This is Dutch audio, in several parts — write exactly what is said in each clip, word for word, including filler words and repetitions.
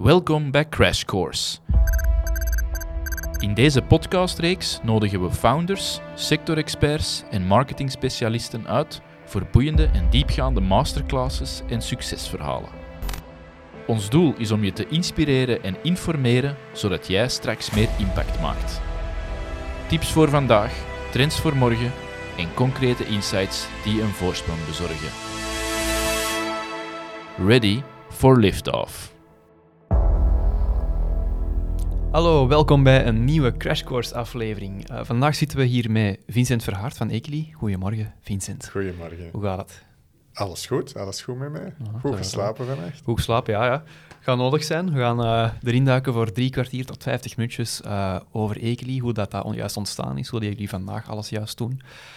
Welkom bij Crash Course. In deze podcastreeks nodigen we founders, sectorexperts en marketingspecialisten uit voor boeiende en diepgaande masterclasses en succesverhalen. Ons doel is om je te inspireren en informeren, zodat jij straks meer impact maakt. Tips voor vandaag, trends voor morgen en concrete insights die een voorsprong bezorgen. Ready for liftoff. Hallo, welkom bij een nieuwe Crash Course aflevering. Uh, vandaag zitten we hier met Vincent Verhaert van Ekely. Goedemorgen, Vincent. Goedemorgen. Hoe gaat het? Alles goed, alles goed met mij. Ja, goed geslapen vannacht. Goed geslapen, ja. ja. Gaat nodig zijn. We gaan uh, erin duiken voor drie kwartier tot vijftig minuutjes uh, over Ekely, hoe dat, dat juist ontstaan is, hoe jullie vandaag alles juist doen.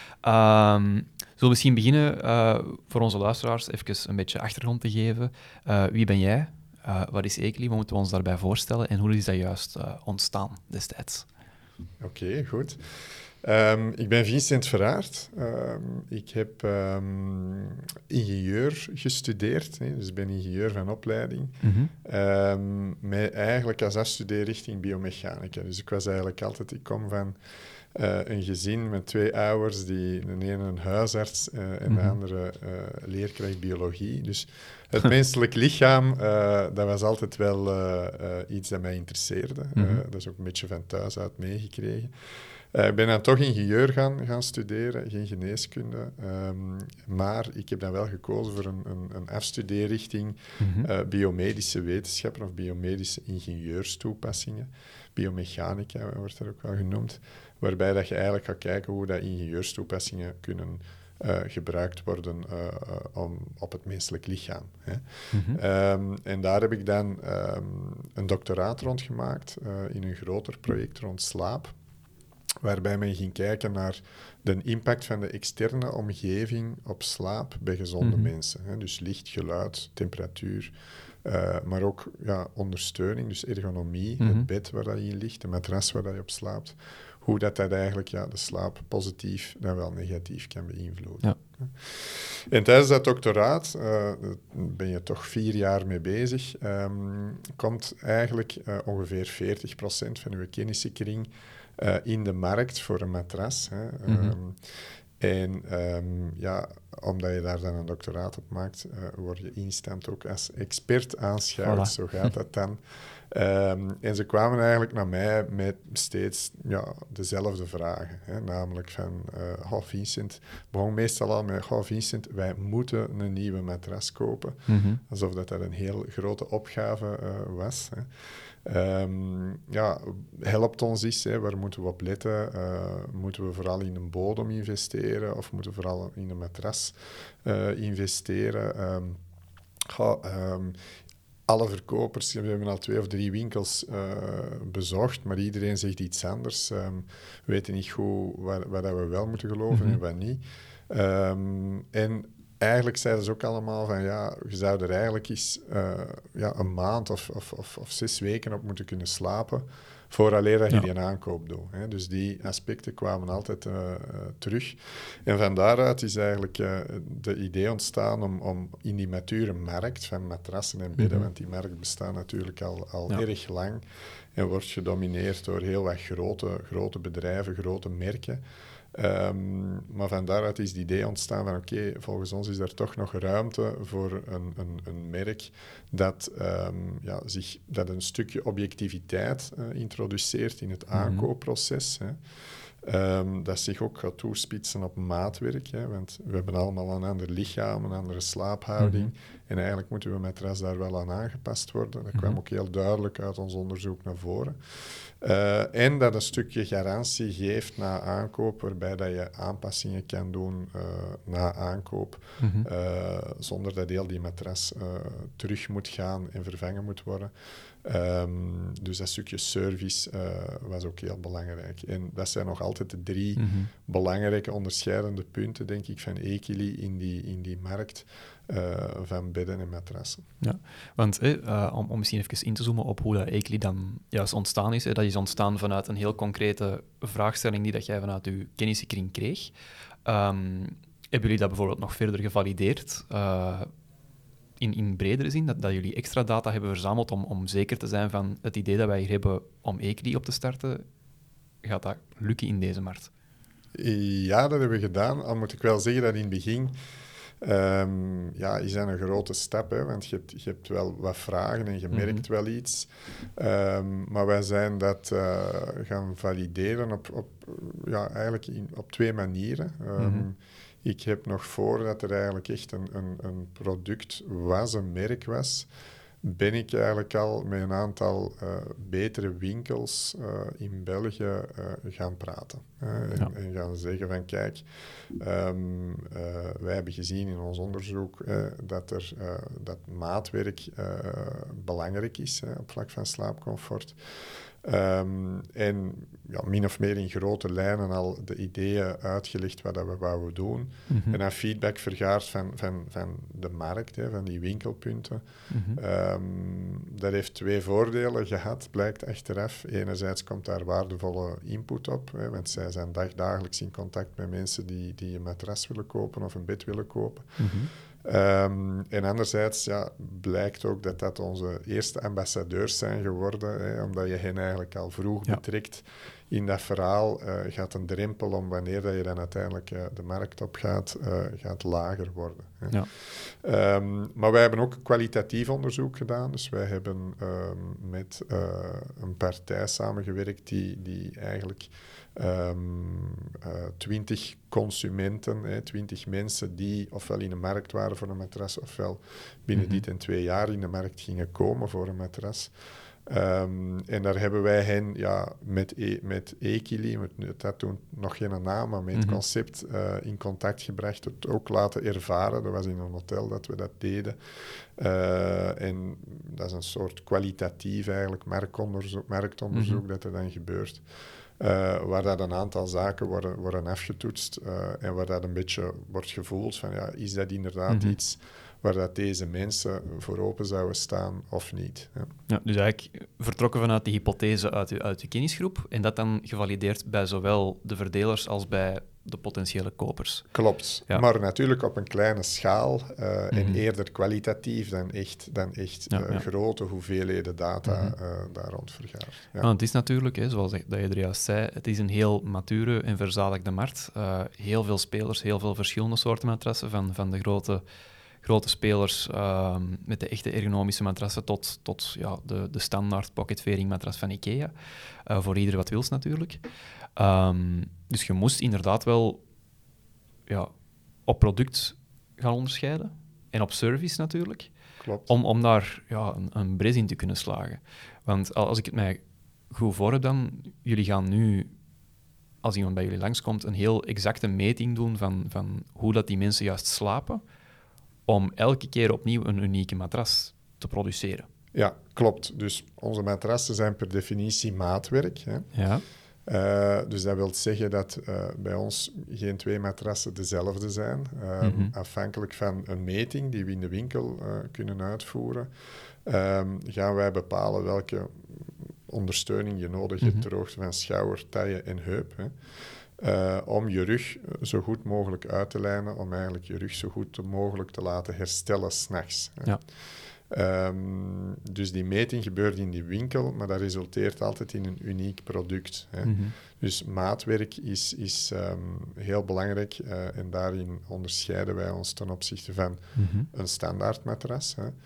Um, zullen we misschien beginnen uh, voor onze luisteraars even een beetje achtergrond te geven. Uh, wie ben jij? Uh, wat is Ekely? Wat moeten we ons daarbij voorstellen? En hoe is dat juist uh, ontstaan destijds? Oké, okay, goed. Um, ik ben Vincent Verhaert. Um, ik heb um, ingenieur gestudeerd, hè, dus ik ben ingenieur van opleiding. Mm-hmm. Um, met eigenlijk als afstudeerrichting biomechanica. Dus ik was eigenlijk altijd, ik kom van uh, een gezin met twee ouders, die, de ene een huisarts uh, en mm-hmm. de andere uh, leerkracht biologie. Dus het menselijk lichaam, uh, dat was altijd wel uh, uh, iets dat mij interesseerde. Mm-hmm. Uh, dat is ook een beetje van thuis uit meegekregen. Uh, ik ben dan toch ingenieur gaan, gaan studeren, geen geneeskunde. Um, maar ik heb dan wel gekozen voor een, een, een afstudeerrichting mm-hmm. uh, biomedische wetenschappen of biomedische ingenieurstoepassingen. Biomechanica wordt dat ook wel genoemd. Waarbij dat je eigenlijk gaat kijken hoe dat ingenieurstoepassingen kunnen uh, gebruikt worden uh, uh, om, op het menselijk lichaam. Hè. Mm-hmm. Um, en daar heb ik dan um, een doctoraat rond gemaakt uh, in een groter project rond slaap. Waarbij men ging kijken naar de impact van de externe omgeving op slaap bij gezonde mm-hmm. mensen. Hè. Dus licht, geluid, temperatuur, uh, maar ook ja, ondersteuning, dus ergonomie, mm-hmm. het bed waar dat je in ligt, de matras waar dat je op slaapt. Hoe dat, dat eigenlijk ja, de slaap positief dan wel negatief kan beïnvloeden. Ja. En tijdens dat doctoraat, uh, ben je toch vier jaar mee bezig, um, komt eigenlijk uh, ongeveer veertig procent van uw kennissenkring Uh, in de markt voor een matras. Hè. Mm-hmm. Um, en um, ja, omdat je daar dan een doctoraat op maakt, uh, word je instant ook als expert aanschouwd. Voilà. Zo gaat dat dan. Um, en ze kwamen eigenlijk naar mij met steeds ja, dezelfde vragen. Hè. Namelijk van, uh, oh Vincent, begon meestal al met, oh Vincent, wij moeten een nieuwe matras kopen. Mm-hmm. Alsof dat, dat een heel grote opgave uh, was. Hè. Um, ja, helpt ons eens, hè, waar moeten we op letten? Uh, moeten we vooral in een bodem investeren of moeten we vooral in een matras uh, investeren? Um, ga, um, alle verkopers, we hebben al twee of drie winkels uh, bezocht, maar iedereen zegt iets anders. Um, we weten niet goed wat, wat we wel moeten geloven mm-hmm. en wat niet. Um, en Eigenlijk zeiden ze ook allemaal van, ja, je zou er eigenlijk eens uh, ja, een maand of, of, of, of zes weken op moeten kunnen slapen vooraleer dat je ja. die een aankoop doet. Hè. Dus die aspecten kwamen altijd uh, uh, terug. En van daaruit is eigenlijk uh, de idee ontstaan om, om in die mature markt van matrassen en bedden, mm-hmm. want die markt bestaat natuurlijk al, al ja. erg lang en wordt gedomineerd door heel wat grote, grote bedrijven, grote merken. Um, maar van daaruit is het idee ontstaan van oké, okay, volgens ons is er toch nog ruimte voor een, een, een merk dat, um, ja, zich, dat een stukje objectiviteit uh, introduceert in het aankoopproces. Hè. Um, dat zich ook gaat toespitsen op maatwerk, hè, want we hebben allemaal een ander lichaam, een andere slaaphouding. Mm-hmm. En eigenlijk moeten we matras daar wel aan aangepast worden. Dat mm-hmm. kwam ook heel duidelijk uit ons onderzoek naar voren. Uh, en dat een stukje garantie geeft na aankoop, waarbij dat je aanpassingen kan doen uh, na aankoop, mm-hmm. uh, zonder dat heel die matras uh, terug moet gaan en vervangen moet worden. Um, dus dat stukje service uh, was ook heel belangrijk. En dat zijn nog altijd de drie mm-hmm. belangrijke onderscheidende punten, denk ik, van Ekely in die, in die markt uh, van bedden en matrassen. Ja, want eh, uh, om, om misschien even in te zoomen op hoe dat Ekely dan juist ontstaan is. Eh, dat is ontstaan vanuit een heel concrete vraagstelling die dat jij vanuit je kennissenkring kreeg. Um, hebben jullie dat bijvoorbeeld nog verder gevalideerd? Uh, in, in bredere zin, dat, dat jullie extra data hebben verzameld om, om zeker te zijn van het idee dat wij hier hebben om Eekli op te starten, gaat dat lukken in deze markt? Ja, dat hebben we gedaan. Al moet ik wel zeggen dat in het begin... Um, ja, is dat een grote stap, hè, want je hebt, je hebt wel wat vragen en je merkt mm-hmm. wel iets. Um, maar wij zijn dat uh, gaan valideren op, op, ja, eigenlijk in, op twee manieren. Um, mm-hmm. Ik heb nog voordat er eigenlijk echt een, een, een product was, een merk was, ben ik eigenlijk al met een aantal uh, betere winkels uh, in België uh, gaan praten. Uh, en, ja. en gaan zeggen van kijk, um, uh, wij hebben gezien in ons onderzoek uh, dat, er, uh, dat maatwerk uh, belangrijk is uh, op vlak van slaapcomfort. Um, en ja, min of meer in grote lijnen al de ideeën uitgelegd wat dat we wouden doen. Mm-hmm. En dan feedback vergaard van, van, van de markt, hè, van die winkelpunten. Mm-hmm. Um, dat heeft twee voordelen gehad, blijkt achteraf. Enerzijds komt daar waardevolle input op, hè, want zij zijn dag, dagelijks in contact met mensen die, die een matras willen kopen of een bed willen kopen. Mm-hmm. Um, en anderzijds ja, blijkt ook dat dat onze eerste ambassadeurs zijn geworden, hè, omdat je hen eigenlijk al vroeg ja. betrekt in dat verhaal, uh, gaat een drempel om wanneer dat je dan uiteindelijk uh, de markt op gaat, uh, gaat lager worden. Hè. Ja. Um, maar wij hebben ook kwalitatief onderzoek gedaan, dus wij hebben um, met uh, een partij samengewerkt die, die eigenlijk twintig um, uh, consumenten, hè, twintig mensen die ofwel in de markt waren voor een matras, ofwel binnen mm-hmm. dit en twee jaar in de markt gingen komen voor een matras. Um, en daar hebben wij hen ja, met, e- met Eekli, met, dat toen nog geen naam, maar met mm-hmm. het concept uh, in contact gebracht, het ook laten ervaren. Dat was in een hotel dat we dat deden. Uh, en dat is een soort kwalitatief eigenlijk marktonderzoek, marktonderzoek mm-hmm. dat er dan gebeurt. Uh, waar dat een aantal zaken worden, worden afgetoetst uh, en waar dat een beetje wordt gevoeld van ja, is dat inderdaad mm-hmm. iets waar dat deze mensen voor open zouden staan of niet. Ja. Ja, dus eigenlijk vertrokken vanuit die hypothese uit de, uit de kennisgroep en dat dan gevalideerd bij zowel de verdelers als bij de potentiële kopers. Klopt, ja. Maar natuurlijk op een kleine schaal uh, mm-hmm. en eerder kwalitatief dan echt, dan echt ja, uh, ja. grote hoeveelheden data mm-hmm. uh, daar rond vergaard. Ja. Nou, het is natuurlijk, hè, zoals dat je er juist zei, het is een heel mature en verzadigde markt. Uh, heel veel spelers, heel veel verschillende soorten matrassen, van, van de grote... grote spelers uh, met de echte ergonomische matrassen tot, tot ja, de, de standaard pocket-fairing matras van IKEA. Uh, voor ieder wat wils natuurlijk. Um, dus je moest inderdaad wel ja, op product gaan onderscheiden. En op service natuurlijk. Klopt. Om, om daar ja, een, een bres in te kunnen slagen. Want als ik het mij goed voor heb dan, jullie gaan nu, als iemand bij jullie langskomt, een heel exacte meting doen van, van hoe dat die mensen juist slapen, om elke keer opnieuw een unieke matras te produceren. Ja, klopt. Dus onze matrassen zijn per definitie maatwerk. Hè. Ja. Uh, dus dat wil zeggen dat uh, bij ons geen twee matrassen dezelfde zijn. Uh, mm-hmm. Afhankelijk van een meting die we in de winkel uh, kunnen uitvoeren, uh, gaan wij bepalen welke ondersteuning je nodig hebt mm-hmm. ter hoogte van schouder, taille en heup. Hè. Uh, om je rug zo goed mogelijk uit te lijnen, om eigenlijk je rug zo goed mogelijk te laten herstellen 's nachts. Ja. Um, dus die meting gebeurt in die winkel, maar dat resulteert altijd in een uniek product. Hè. Mm-hmm. Dus maatwerk is, is um, heel belangrijk uh, en daarin onderscheiden wij ons ten opzichte van mm-hmm. een standaard matras. Hè.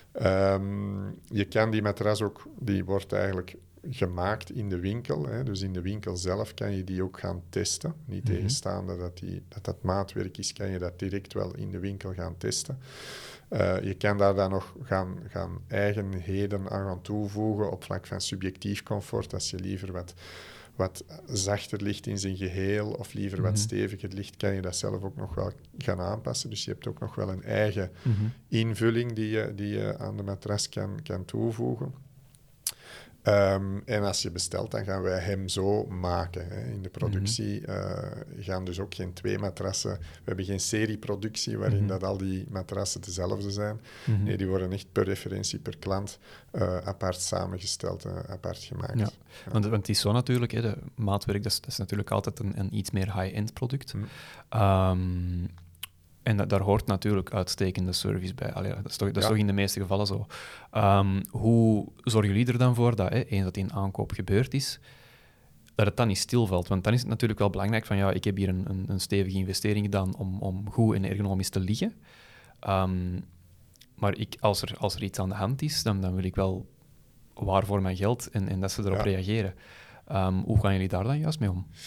Um, je kan die matras ook, die wordt eigenlijk gemaakt in de winkel. Hè. Dus in de winkel zelf kan je die ook gaan testen. Niet mm-hmm. tegenstaande dat, die, dat dat maatwerk is, kan je dat direct wel in de winkel gaan testen. Uh, je kan daar dan nog gaan, gaan eigenheden aan gaan toevoegen op vlak van subjectief comfort. Als je liever wat, wat zachter ligt in zijn geheel of liever mm-hmm. wat steviger ligt, kan je dat zelf ook nog wel gaan aanpassen. Dus je hebt ook nog wel een eigen mm-hmm. invulling die je, die je aan de matras kan, kan toevoegen. Um, en als je bestelt, dan gaan wij hem zo maken. Hè. In de productie mm-hmm. uh, gaan dus ook geen twee matrassen. We hebben geen serieproductie waarin mm-hmm. dat al die matrassen dezelfde zijn. Mm-hmm. Nee, die worden echt per referentie, per klant, uh, apart samengesteld, uh, apart gemaakt. Ja. Ja. Want, want het is zo natuurlijk, hè, de maatwerk, dat is, dat is natuurlijk altijd een, een iets meer high-end product. Mm. Um, En dat, daar hoort natuurlijk uitstekende service bij. Allee, dat is toch, dat is Ja. toch in de meeste gevallen zo. Um, hoe zorgen jullie er dan voor dat, hè, eens dat die een aankoop gebeurd is, dat het dan niet stilvalt? Want dan is het natuurlijk wel belangrijk van, ja, ik heb hier een, een, een stevige investering gedaan om, om goed en ergonomisch te liggen. Um, maar ik, als, er, als er iets aan de hand is, dan, dan wil ik wel waar voor mijn geld en, en dat ze erop Ja. reageren. Um, hoe gaan jullie daar dan juist mee om?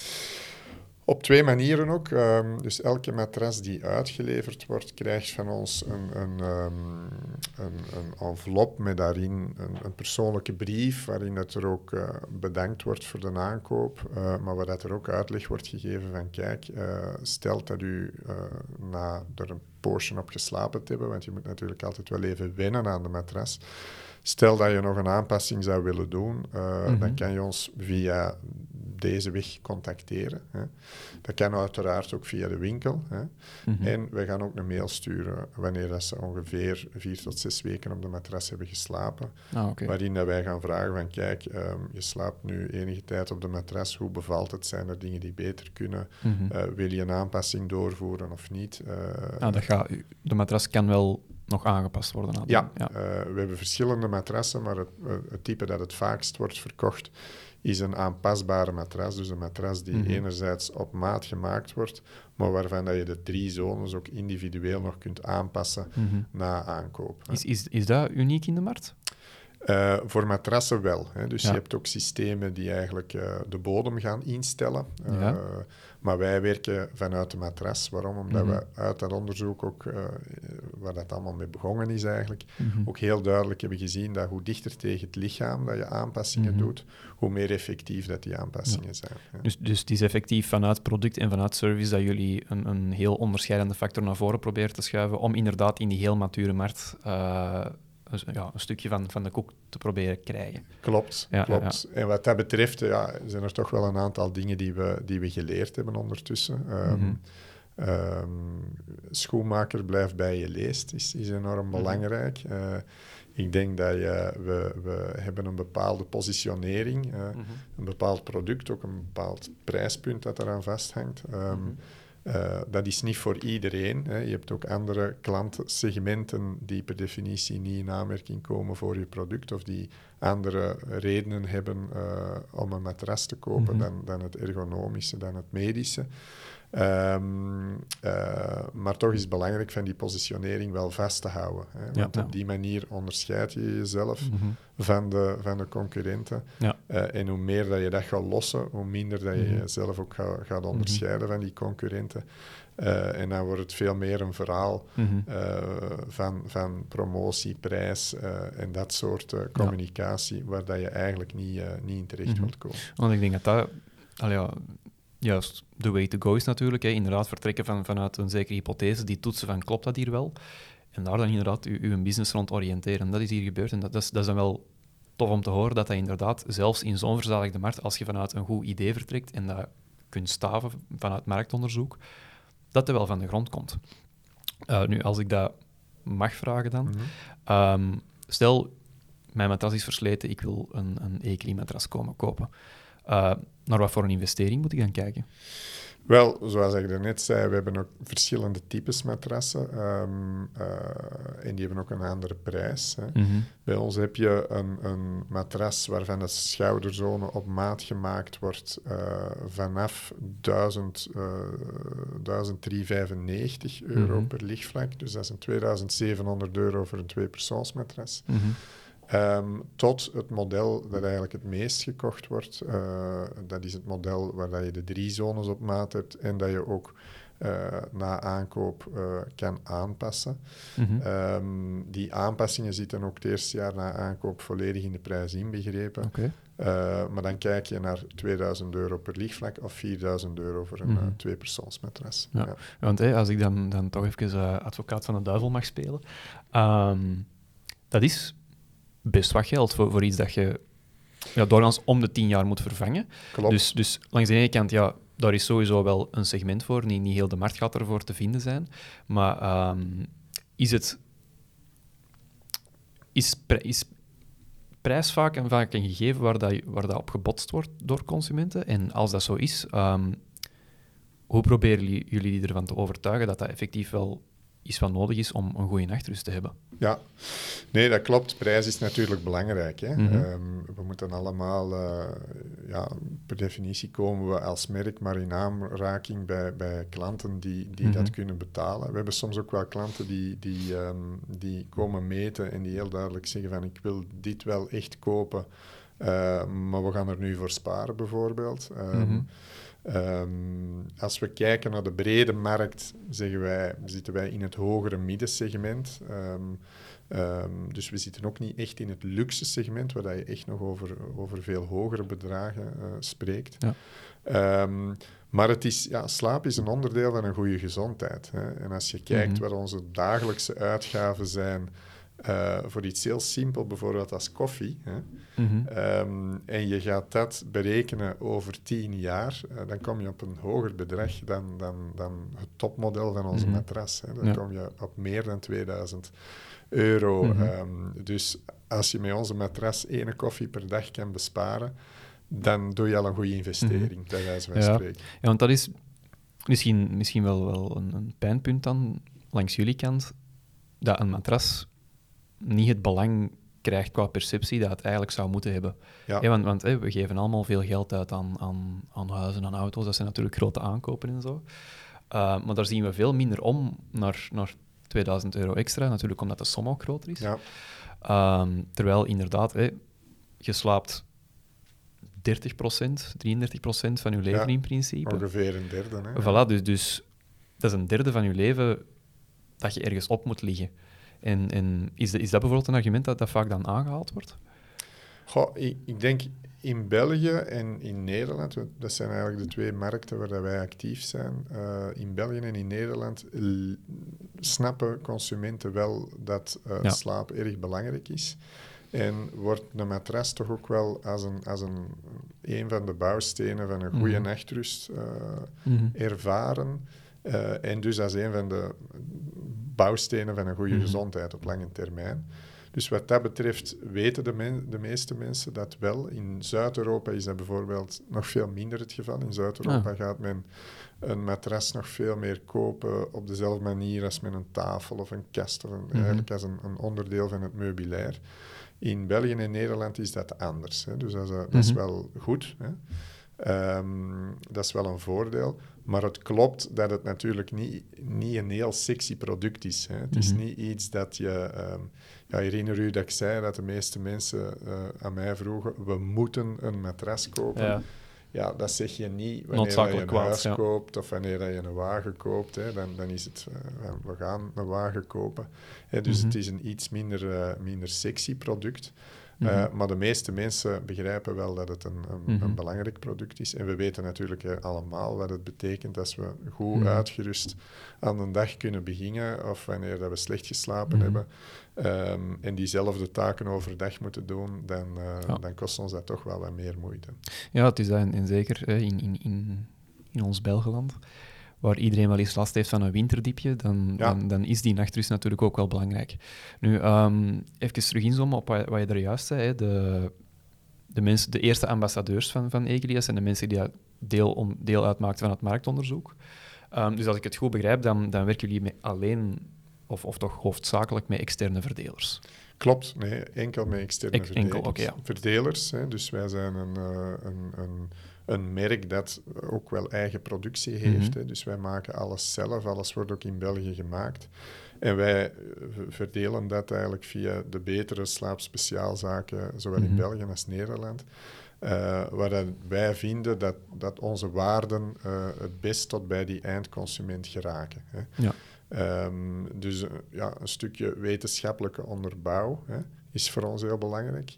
Op twee manieren ook. Um, dus elke matras die uitgeleverd wordt, krijgt van ons een, een, um, een, een envelop met daarin een, een persoonlijke brief, waarin het er ook uh, bedankt wordt voor de aankoop, uh, maar waar dat er ook uitleg wordt gegeven van, kijk, uh, stel dat u uh, na er een poosje op geslapen te hebben, want je moet natuurlijk altijd wel even wennen aan de matras. Stel dat je nog een aanpassing zou willen doen, uh, mm-hmm. dan kan je ons via deze weg contacteren. Hè. Dat kan uiteraard ook via de winkel. Hè. Mm-hmm. En we gaan ook een mail sturen wanneer dat ze ongeveer vier tot zes weken op de matras hebben geslapen. Ah, okay. Waarin dat wij gaan vragen van, kijk, um, je slaapt nu enige tijd op de matras, hoe bevalt het? Zijn er dingen die beter kunnen? Mm-hmm. Uh, wil je een aanpassing doorvoeren of niet? Uh, ah, dat gaat, de matras kan wel nog aangepast worden. Aan ja, ja. Uh, we hebben verschillende matrassen, maar het, uh, het type dat het vaakst wordt verkocht is een aanpasbare matras. Dus een matras die mm-hmm. enerzijds op maat gemaakt wordt, maar waarvan dat je de drie zones ook individueel nog kunt aanpassen mm-hmm. na aankoop. Is, is, is dat uniek in de markt? Uh, voor matrassen wel. Hè. Dus ja. je hebt ook systemen die eigenlijk uh, de bodem gaan instellen. Uh, ja. Maar wij werken vanuit de matras. Waarom? Omdat mm-hmm. we uit dat onderzoek ook, uh, waar dat allemaal mee begonnen is eigenlijk, mm-hmm. ook heel duidelijk hebben gezien dat hoe dichter tegen het lichaam dat je aanpassingen mm-hmm. doet, hoe meer effectief dat die aanpassingen ja. zijn. Ja. Dus, dus het is effectief vanuit product en vanuit service dat jullie een, een heel onderscheidende factor naar voren proberen te schuiven om inderdaad in die heel mature markt uh, een, ja, een stukje van, van de koek te proberen krijgen. Klopt, ja, klopt. Ja, ja. En wat dat betreft ja, zijn er toch wel een aantal dingen die we, die we geleerd hebben ondertussen. Um, mm-hmm. um, schoenmaker blijft bij je leest, is, is enorm mm-hmm. belangrijk. Uh, ik denk dat je, we, we hebben een bepaalde positionering, uh, mm-hmm. een bepaald product, ook een bepaald prijspunt dat eraan vasthangt. Um, mm-hmm. Uh, dat is niet voor iedereen. Hè. Je hebt ook andere klantensegmenten die per definitie niet in aanmerking komen voor je product of die andere redenen hebben uh, om een matras te kopen mm-hmm. dan, dan het ergonomische, dan het medische. Um, uh, maar toch is het belangrijk van die positionering wel vast te houden. Hè? Want ja, ja. op die manier onderscheid je jezelf mm-hmm. van, de, van de concurrenten. Ja. Uh, en hoe meer dat je dat gaat lossen, hoe minder dat je mm-hmm. jezelf ook ga, gaat onderscheiden mm-hmm. van die concurrenten. Uh, en dan wordt het veel meer een verhaal mm-hmm. uh, van, van promotie, prijs uh, en dat soort uh, communicatie, ja. waar dat je eigenlijk niet, uh, niet in terecht mm-hmm. wilt komen. Want ik denk dat dat... Al ja, juist, the way to go is natuurlijk. Hè. Inderdaad, vertrekken van, vanuit een zekere hypothese, die toetsen van klopt dat hier wel? En daar dan inderdaad u, uw business rond oriënteren. Dat is hier gebeurd en dat, dat, is, dat is dan wel tof om te horen dat dat inderdaad, zelfs in zo'n verzadigde markt, als je vanuit een goed idee vertrekt en dat kunt staven vanuit marktonderzoek, dat er wel van de grond komt. Uh, nu, als ik dat mag vragen dan. Mm-hmm. Um, stel, mijn matras is versleten, ik wil een, een Ecli-matras komen kopen. Uh, naar wat voor een investering moet ik dan kijken? Wel, zoals ik daarnet zei, we hebben ook verschillende types matrassen. Um, uh, en die hebben ook een andere prijs. Hè. Mm-hmm. Bij ons heb je een, een matras waarvan de schouderzone op maat gemaakt wordt uh, vanaf duizend driehonderdvijfennegentig euro mm-hmm. per liggevlak. Dus dat is een tweeduizend zevenhonderd euro voor een tweepersoonsmatras. Mm-hmm. Um, tot het model dat eigenlijk het meest gekocht wordt. Uh, dat is het model waar dat je de drie zones op maat hebt en dat je ook uh, na aankoop uh, kan aanpassen. Mm-hmm. Um, die aanpassingen zitten ook het eerste jaar na aankoop volledig in de prijs inbegrepen. Okay. Uh, maar dan kijk je naar tweeduizend euro per liggevlak of vierduizend euro voor een mm-hmm. uh, tweepersoonsmatras. Ja. Ja. Want hey, als ik dan, dan toch even uh, advocaat van de duivel mag spelen, um, dat is best wat geld voor, voor iets dat je ja, doorgaans om de tien jaar moet vervangen. Klopt. Dus, dus langs de ene kant, ja, daar is sowieso wel een segment voor. Niet, niet heel de markt gaat ervoor te vinden zijn. Maar um, is het... Is, is prijs vaak en vaak een gegeven waar dat, waar dat op gebotst wordt door consumenten? En als dat zo is, um, hoe proberen jullie die ervan te overtuigen dat dat effectief wel iets wat nodig is om een goede nachtrust te hebben? Ja, nee, dat klopt. Prijs is natuurlijk belangrijk. Hè? Mm-hmm. Um, we moeten allemaal, uh, ja, per definitie komen we als merk maar in aanraking bij, bij klanten die, die mm-hmm. dat kunnen betalen. We hebben soms ook wel klanten die, die, um, die komen meten en die heel duidelijk zeggen van ik wil dit wel echt kopen, uh, maar we gaan er nu voor sparen bijvoorbeeld. Um, mm-hmm. Um, als we kijken naar de brede markt, zeggen wij, zitten wij in het hogere middensegment. Um, um, dus we zitten ook niet echt in het luxe segment, waar je echt nog over, over veel hogere bedragen uh, spreekt. Ja. Um, maar het is, ja, slaap is een onderdeel van een goede gezondheid. Hè. En als je kijkt mm-hmm. wat onze dagelijkse uitgaven zijn, Uh, voor iets heel simpel, bijvoorbeeld als koffie. Hè. Mm-hmm. Um, en je gaat dat berekenen over tien jaar, uh, dan kom je op een hoger bedrag dan, dan, dan het topmodel van onze mm-hmm. matras. Hè. Dan ja. kom je op meer dan tweeduizend euro. Mm-hmm. Um, dus als je met onze matras één koffie per dag kan besparen, dan doe je al een goede investering, mm-hmm. bij wijze van ja. spreken. Ja, want dat is misschien, misschien wel, wel een, een pijnpunt dan, langs jullie kant, dat een matras niet het belang krijgt qua perceptie dat het eigenlijk zou moeten hebben. Ja. Ja, want want hey, we geven allemaal veel geld uit aan, aan, aan huizen, aan auto's. Dat zijn natuurlijk grote aankopen en zo. Uh, maar daar zien we veel minder om naar, naar tweeduizend euro extra. Natuurlijk omdat de som ook groter is. Ja. Um, terwijl inderdaad, hey, je slaapt dertig procent, drieëndertig procent van je leven ja, in principe. Ongeveer een derde. Hè? Voilà, dus, dus dat is een derde van je leven dat je ergens op moet liggen. En, en is, de, is dat bijvoorbeeld een argument dat, dat vaak dan aangehaald wordt? Goh, ik, ik denk in België en in Nederland, dat zijn eigenlijk de twee markten waar wij actief zijn. Uh, in België en in Nederland l- snappen consumenten wel dat uh, ja. slaap erg belangrijk is. En wordt een matras toch ook wel als een, als een, een van de bouwstenen van een goede mm-hmm. nachtrust uh, mm-hmm. ervaren. Uh, en dus als een van de bouwstenen van een goede mm-hmm. gezondheid op lange termijn. Dus wat dat betreft weten de, men, de meeste mensen dat wel. In Zuid-Europa is dat bijvoorbeeld nog veel minder het geval. In Zuid-Europa ah. gaat men een matras nog veel meer kopen op dezelfde manier als met een tafel of een kast, of een, mm-hmm. eigenlijk als een, een onderdeel van het meubilair. In België en Nederland is dat anders. Hè. Dus dat is, mm-hmm. dat is wel goed. Hè. Um, dat is wel een voordeel. Maar het klopt dat het natuurlijk niet, niet een heel sexy product is. Hè. Het is mm-hmm. niet iets dat je... Um, ja, herinner u dat ik zei dat de meeste mensen uh, aan mij vroegen, we moeten een matras kopen. Ja, ja dat zeg je niet wanneer je een kwaad, huis ja. koopt of wanneer je een wagen koopt. Hè. Dan, dan is het, uh, we gaan een wagen kopen. Hè. Dus mm-hmm. het is een iets minder, uh, minder sexy product. Uh, mm-hmm. Maar de meeste mensen begrijpen wel dat het een, een, mm-hmm. een belangrijk product is. En we weten natuurlijk uh, allemaal wat het betekent als we goed mm-hmm. uitgerust aan een dag kunnen beginnen of wanneer dat we slecht geslapen mm-hmm. hebben um, en diezelfde taken overdag moeten doen, dan, uh, ja. dan kost ons dat toch wel wat meer moeite. Ja, het is dat, en zeker uh, in, in, in, in ons Belgeland, waar iedereen wel eens last heeft van een winterdiepje, dan, ja. dan, dan is die nachtrust natuurlijk ook wel belangrijk. Nu, um, even terug inzoomen op wat, wat je er juist zei. Hè. De, de, mensen, de eerste ambassadeurs van, van Egelias zijn de mensen die deel, om, deel uitmaakten van het marktonderzoek. Um, dus als ik het goed begrijp, dan, dan werken jullie met alleen, of, of toch hoofdzakelijk met externe verdelers. Klopt, nee, enkel met externe Ek, verdelers. Enkel, okay, ja. verdelers hè, dus wij zijn een... Uh, een, een Een merk dat ook wel eigen productie heeft. Mm-hmm. Hè. Dus wij maken alles zelf. Alles wordt ook in België gemaakt. En wij verdelen dat eigenlijk via de betere slaapspeciaalzaken, zowel mm-hmm. in België als Nederland. Uh, waar dat wij vinden dat, dat onze waarden uh, het best tot bij die eindconsument geraken. Hè. Ja. Um, dus uh, ja, een stukje wetenschappelijke onderbouw hè, is voor ons heel belangrijk.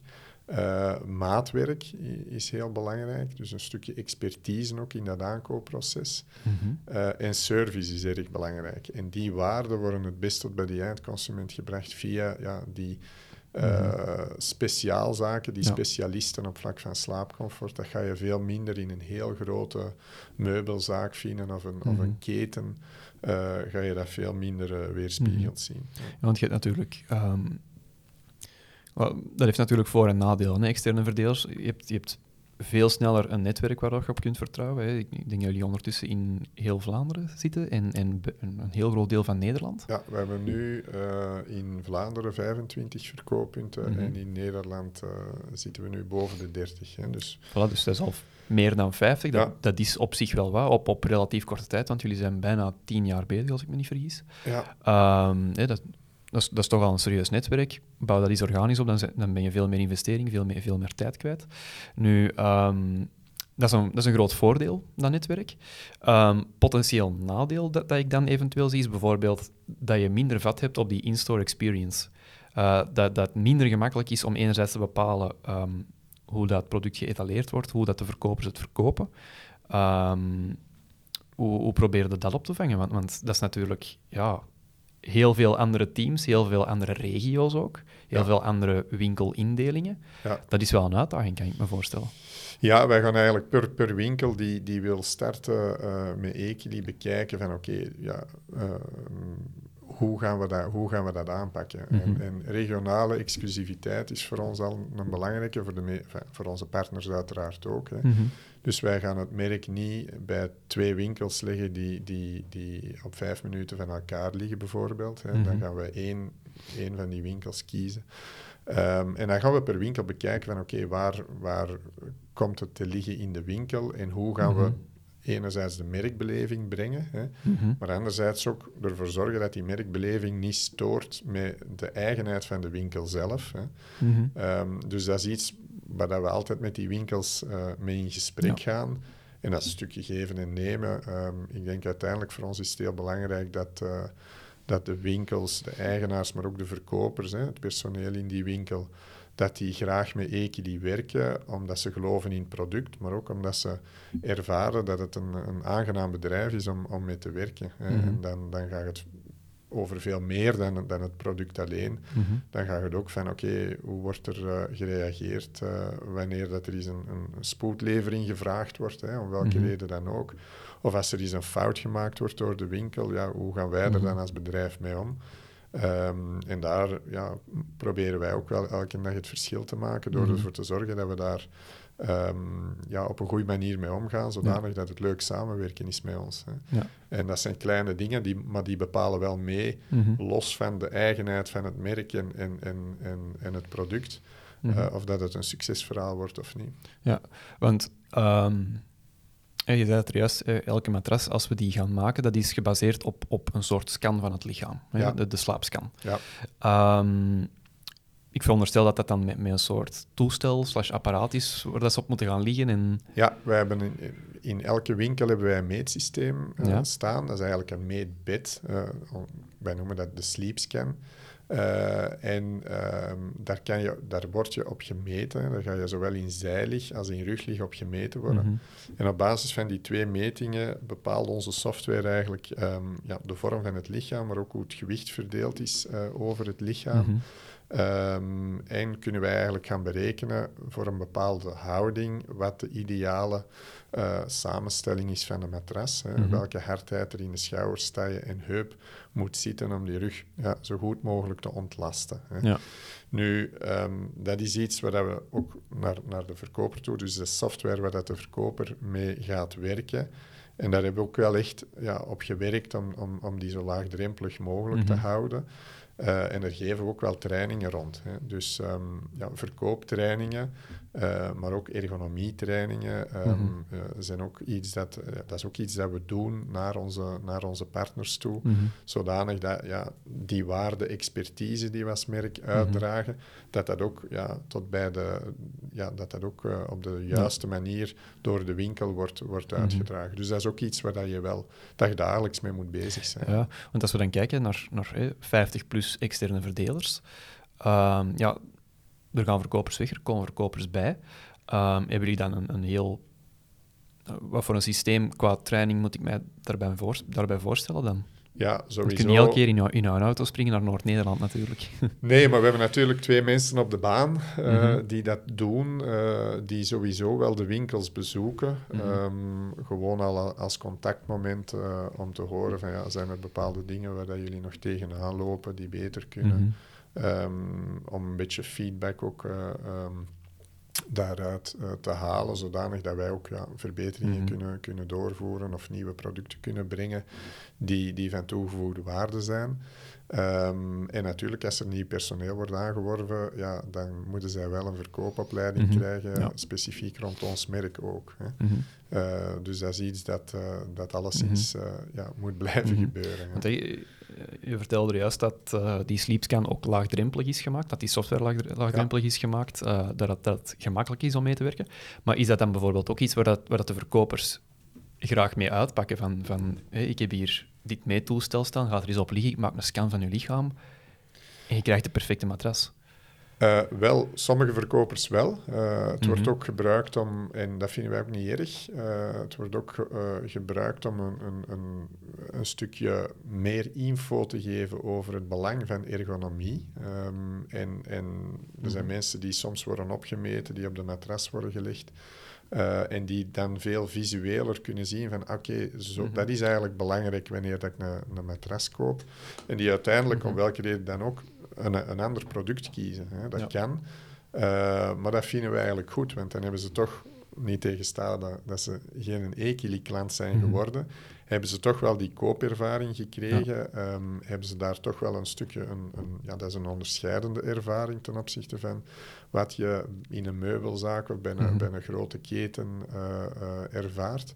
Uh, maatwerk is heel belangrijk, dus een stukje expertise ook in dat aankoopproces. Mm-hmm. Uh, en service is erg belangrijk. En die waarden worden het best tot bij die eindconsument gebracht via ja, die uh, mm-hmm. speciaalzaken, die ja. specialisten op vlak van slaapcomfort. Dat ga je veel minder in een heel grote meubelzaak vinden of een, mm-hmm. of een keten. Uh, ga je dat veel minder uh, weerspiegeld mm-hmm. zien. Ja. Ja, want je hebt natuurlijk... Um... Well, dat heeft natuurlijk voor- en nadelen, hè, externe verdelers. Je hebt, je hebt veel sneller een netwerk waar je op kunt vertrouwen. Hè. Ik, ik denk dat jullie ondertussen in heel Vlaanderen zitten en, en be- een, een heel groot deel van Nederland. Ja, we hebben nu uh, in Vlaanderen vijfentwintig verkooppunten mm-hmm. en in Nederland uh, zitten we nu boven de dertig. Hè. Dus... Voilà, dus dat is al meer dan vijftig. Dat, ja. dat is op zich wel wat, op, op relatief korte tijd, want jullie zijn bijna tien jaar bezig, als ik me niet vergis. Ja. Um, hè, dat, dat, is, dat is toch al een serieus netwerk. Bouw dat eens organisch op, dan, dan ben je veel meer investering, veel meer, veel meer tijd kwijt. Nu, um, dat, is een, dat is een groot voordeel, dat netwerk. Um, potentieel nadeel dat, dat ik dan eventueel zie, is bijvoorbeeld dat je minder vat hebt op die in-store experience. Uh, dat, dat het minder gemakkelijk is om enerzijds te bepalen um, hoe dat product geëtaleerd wordt, hoe dat de verkopers het verkopen. Um, hoe, hoe probeer je dat op te vangen? Want, want dat is natuurlijk... ja. Heel veel andere teams, heel veel andere regio's ook, heel ja. veel andere winkelindelingen. Ja. Dat is wel een uitdaging, kan ik me voorstellen. Ja, wij gaan eigenlijk per, per winkel die, die wil starten uh, met Eekeli bekijken van oké, okay, ja, uh, hoe, gaan we dat, hoe gaan we dat aanpakken? Mm-hmm. En, en regionale exclusiviteit is voor ons al een belangrijke, voor, de me- voor onze partners uiteraard ook. Hè. Mm-hmm. Dus wij gaan het merk niet bij twee winkels leggen die, die, die op vijf minuten van elkaar liggen, bijvoorbeeld. Hè. Mm-hmm. Dan gaan we één, één van die winkels kiezen. Um, en dan gaan we per winkel bekijken van oké, okay, waar, waar komt het te liggen in de winkel en hoe gaan mm-hmm. we enerzijds de merkbeleving brengen, hè, mm-hmm. maar anderzijds ook ervoor zorgen dat die merkbeleving niet stoort met de eigenheid van de winkel zelf. Hè. Mm-hmm. Um, dus dat is iets waar we altijd met die winkels uh, mee in gesprek ja. gaan. En dat is een stukje geven en nemen. Um, ik denk uiteindelijk voor ons is het heel belangrijk dat, uh, dat de winkels, de eigenaars, maar ook de verkopers, hè, het personeel in die winkel, dat die graag met Eekeli werken, omdat ze geloven in het product, maar ook omdat ze ervaren dat het een, een aangenaam bedrijf is om, om mee te werken. Hè. Mm-hmm. En dan, dan gaat het over veel meer dan, dan het product alleen. Mm-hmm. Dan gaat het ook van, oké, okay, hoe wordt er uh, gereageerd uh, wanneer dat er eens een, een spoedlevering gevraagd wordt, hè, om welke mm-hmm. reden dan ook. Of als er eens een fout gemaakt wordt door de winkel, ja, hoe gaan wij mm-hmm. er dan als bedrijf mee om? Um, en daar ja, proberen wij ook wel elke dag het verschil te maken door mm-hmm. ervoor te zorgen dat we daar um, ja, op een goede manier mee omgaan, zodanig ja. dat het leuk samenwerken is met ons. Hè. Ja. En dat zijn kleine dingen, die, maar die bepalen wel mee, mm-hmm. los van de eigenheid van het merk en, en, en, en, en het product, mm-hmm. uh, of dat het een succesverhaal wordt of niet. Ja, want... Um... Je zei het er juist, elke matras, als we die gaan maken, dat is gebaseerd op, op een soort scan van het lichaam, ja. de, de slaapscan. Ja. Um, ik veronderstel dat dat dan met, met een soort toestel slash apparaat is waar dat ze op moeten gaan liggen. En... Ja, wij hebben in, in elke winkel hebben wij een meetsysteem uh, ja. staan. Dat is eigenlijk een meetbed. Uh, wij noemen dat de sleepscan. Uh, en uh, daar, kan je, daar word je op gemeten. Daar ga je zowel in zijlig als in ruglig op gemeten worden. Mm-hmm. En op basis van die twee metingen bepaalt onze software eigenlijk um, ja, de vorm van het lichaam, maar ook hoe het gewicht verdeeld is uh, over het lichaam. Mm-hmm. Um, en kunnen wij eigenlijk gaan berekenen voor een bepaalde houding wat de ideale uh, samenstelling is van de matras. Hè. Mm-hmm. Welke hardheid er in de schouders, taille en heup moet zitten om die rug ja, zo goed mogelijk te ontlasten. Hè. Ja. Nu, um, dat is iets waar we ook naar, naar de verkoper toe, dus de software waar dat de verkoper mee gaat werken. En daar hebben we ook wel echt ja, op gewerkt om, om, om die zo laagdrempelig mogelijk mm-hmm. te houden. Uh, en daar geven we ook wel trainingen rond. Hè. Dus um, ja, verkooptrainingen, uh, maar ook ergonomietrainingen um, mm-hmm. uh, zijn ook iets dat, uh, dat is ook iets dat we doen naar onze, naar onze partners toe. Mm-hmm. Zodanig dat ja, die waarde, expertise die we als merk uitdragen, mm-hmm. dat dat ook, ja, tot bij de, ja, dat dat ook uh, op de juiste ja. manier door de winkel wordt, wordt mm-hmm. uitgedragen. Dus dat is ook iets waar dat je wel dagdagelijks mee moet bezig zijn. Ja, want als we dan kijken naar, naar eh, vijftig plus externe verdelers. Um, ja, er gaan verkopers weg, er komen verkopers bij. Um, hebben jullie dan een, een heel... Uh, wat voor een systeem qua training moet ik mij daarbij, voor, daarbij voorstellen dan? Ja, sowieso. Je kunt niet elke keer in, jou, in jouw auto springen naar Noord-Nederland natuurlijk. Nee, maar we hebben natuurlijk twee mensen op de baan uh, mm-hmm. die dat doen, uh, die sowieso wel de winkels bezoeken. Mm-hmm. Um, gewoon al als contactmoment uh, om te horen van ja, zijn er bepaalde dingen waar dat jullie nog tegenaan lopen die beter kunnen. Mm-hmm. Um, om een beetje feedback ook uh, um, daaruit uh, te halen, zodanig dat wij ook ja, verbeteringen Mm-hmm. kunnen, kunnen doorvoeren of nieuwe producten kunnen brengen die, die van toegevoegde waarde zijn. Um, en natuurlijk, als er nieuw personeel wordt aangeworven, ja, dan moeten zij wel een verkoopopleiding Mm-hmm. krijgen, ja. specifiek rond ons merk ook. Hè. Mm-hmm. Uh, dus dat is iets dat, uh, dat alleszins uh, ja, moet blijven Mm-hmm. gebeuren. Ja. Want, je, je vertelde er juist dat uh, die sleepscan ook laagdrempelig is gemaakt, dat die software laag, laagdrempelig ja. is gemaakt, uh, dat, het, dat het gemakkelijk is om mee te werken. Maar is dat dan bijvoorbeeld ook iets waar, dat, waar dat de verkopers graag mee uitpakken? Van, van hey, ik heb hier dit meettoestel staan, ga er eens op liggen, ik maak een scan van je lichaam en je krijgt de perfecte matras. Uh, wel, sommige verkopers wel. Uh, het Mm-hmm. wordt ook gebruikt om, en dat vinden wij ook niet erg, uh, het wordt ook uh, gebruikt om een, een, een, een stukje meer info te geven over het belang van ergonomie. Um, en, en er zijn mm-hmm. mensen die soms worden opgemeten, die op de matras worden gelegd. Uh, en die dan veel visueler kunnen zien van oké, okay, mm-hmm. dat is eigenlijk belangrijk wanneer dat ik een, een matras koop. En die uiteindelijk, mm-hmm. om welke reden dan ook, een, een ander product kiezen. Hè. Dat ja. kan. Uh, maar dat vinden we eigenlijk goed, want dan hebben ze toch, niet tegenstaan dat, dat ze geen Equili-klant zijn mm-hmm. geworden, hebben ze toch wel die koopervaring gekregen, ja. um, hebben ze daar toch wel een stukje, een, een, ja, dat is een onderscheidende ervaring ten opzichte van wat je in een meubelzaak of bij een, mm-hmm. bij een grote keten uh, uh, ervaart.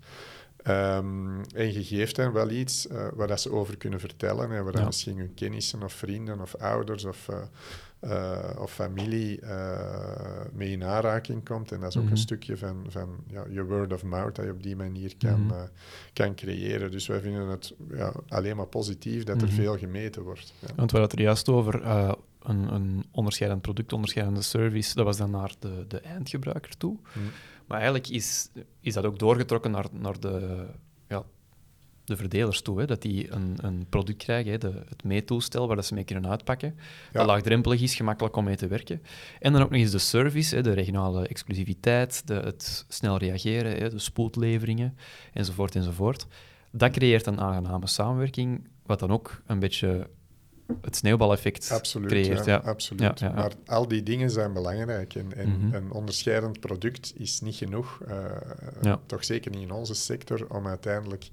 Um, en je geeft hen wel iets uh, waar dat ze over kunnen vertellen en waar ja. misschien hun kennissen of vrienden of ouders of, uh, uh, of familie uh, mee in aanraking komt. En dat is ook mm-hmm. een stukje van, van ja, je word of mouth dat je op die manier kan, mm-hmm. uh, kan creëren. Dus wij vinden het ja, alleen maar positief dat er mm-hmm. veel gemeten wordt. Ja. Want we hadden het er juist over uh, een, een onderscheidend product, onderscheidende service, dat was dan naar de, de eindgebruiker toe. Mm. Maar eigenlijk is, is dat ook doorgetrokken naar, naar de, ja, de verdelers toe. Hè? Dat die een, een product krijgen, hè? De, het meettoestel waar dat ze mee kunnen uitpakken. Ja. Dat laagdrempelig is, gemakkelijk om mee te werken. En dan ook nog eens de service, hè? De regionale exclusiviteit, de, het snel reageren, hè? De spoedleveringen, enzovoort, enzovoort. Dat creëert een aangename samenwerking, wat dan ook een beetje het sneeuwbaleffect absoluut, creëert. Ja, ja. absoluut. Ja, ja, ja. Maar al die dingen zijn belangrijk. En, en mm-hmm. een onderscheidend product is niet genoeg, uh, ja. toch zeker niet in onze sector, om uiteindelijk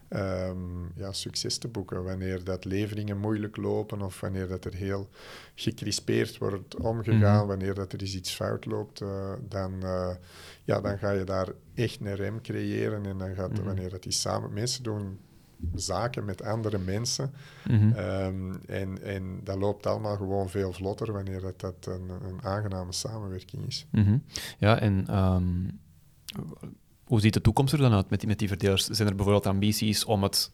um, ja, succes te boeken. Wanneer dat leveringen moeilijk lopen of wanneer dat er heel gecrispeerd wordt omgegaan, mm-hmm. wanneer dat er eens iets fout loopt, uh, dan, uh, ja, dan ga je daar echt een rem creëren. En dan gaat, mm-hmm. wanneer dat die samen... Mensen doen zaken met andere mensen. Mm-hmm. Um, en, en dat loopt allemaal gewoon veel vlotter wanneer dat, dat een, een aangename samenwerking is. Mm-hmm. Ja, en um, hoe ziet de toekomst er dan uit met die, met die verdelers? Zijn er bijvoorbeeld ambities om het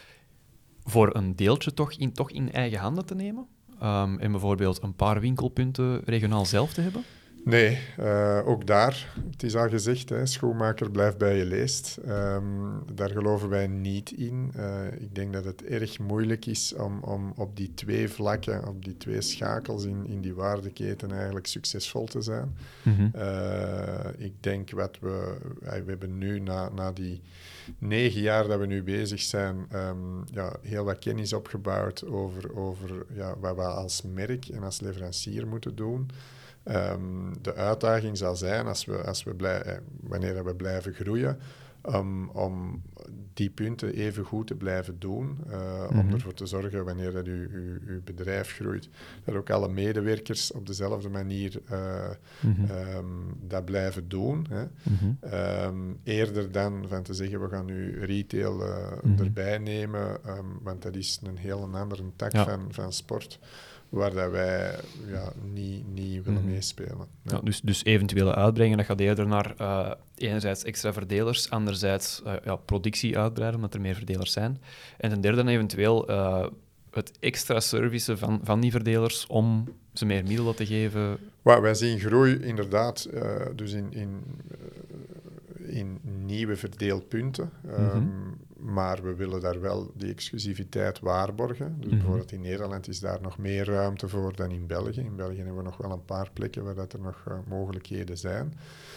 voor een deeltje toch in, toch in eigen handen te nemen? Um, en bijvoorbeeld een paar winkelpunten regionaal zelf te hebben? Nee, uh, ook daar, het is al gezegd, hè, schoenmaker blijft bij je leest. Um, daar geloven wij niet in. Uh, ik denk dat het erg moeilijk is om, om op die twee vlakken, op die twee schakels in, in die waardeketen eigenlijk succesvol te zijn. Mm-hmm. Uh, ik denk wat we... We hebben nu na, na die negen jaar dat we nu bezig zijn, um, ja, heel wat kennis opgebouwd over, over ja, wat we als merk en als leverancier moeten doen. Um, de uitdaging zal zijn, als we, als we blij, wanneer we blijven groeien, um, om die punten even goed te blijven doen. Uh, mm-hmm. Om ervoor te zorgen, wanneer dat u, u, uw bedrijf groeit, dat ook alle medewerkers op dezelfde manier uh, mm-hmm. um, dat blijven doen. Hè. Mm-hmm. Um, eerder dan van te zeggen, we gaan nu retail uh, mm-hmm. erbij nemen, um, want dat is een heel een andere tak ja. van, van sport, waar dat wij ja, niet, niet willen mm-hmm. meespelen. Ja. Ja, dus, dus eventuele uitbrengen, dat gaat eerder naar uh, enerzijds extra verdelers, anderzijds uh, ja, productie uitbreiden, omdat er meer verdelers zijn. En ten derde dan eventueel uh, het extra servicen van, van die verdelers om ze meer middelen te geven. Well, wij zien groei inderdaad, uh, dus in, in, uh, in nieuwe verdeelpunten. Um, mm-hmm. maar we willen daar wel die exclusiviteit waarborgen. Dus Mm-hmm. bijvoorbeeld in Nederland is daar nog meer ruimte voor dan in België. In België hebben we nog wel een paar plekken waar dat er nog uh, mogelijkheden zijn.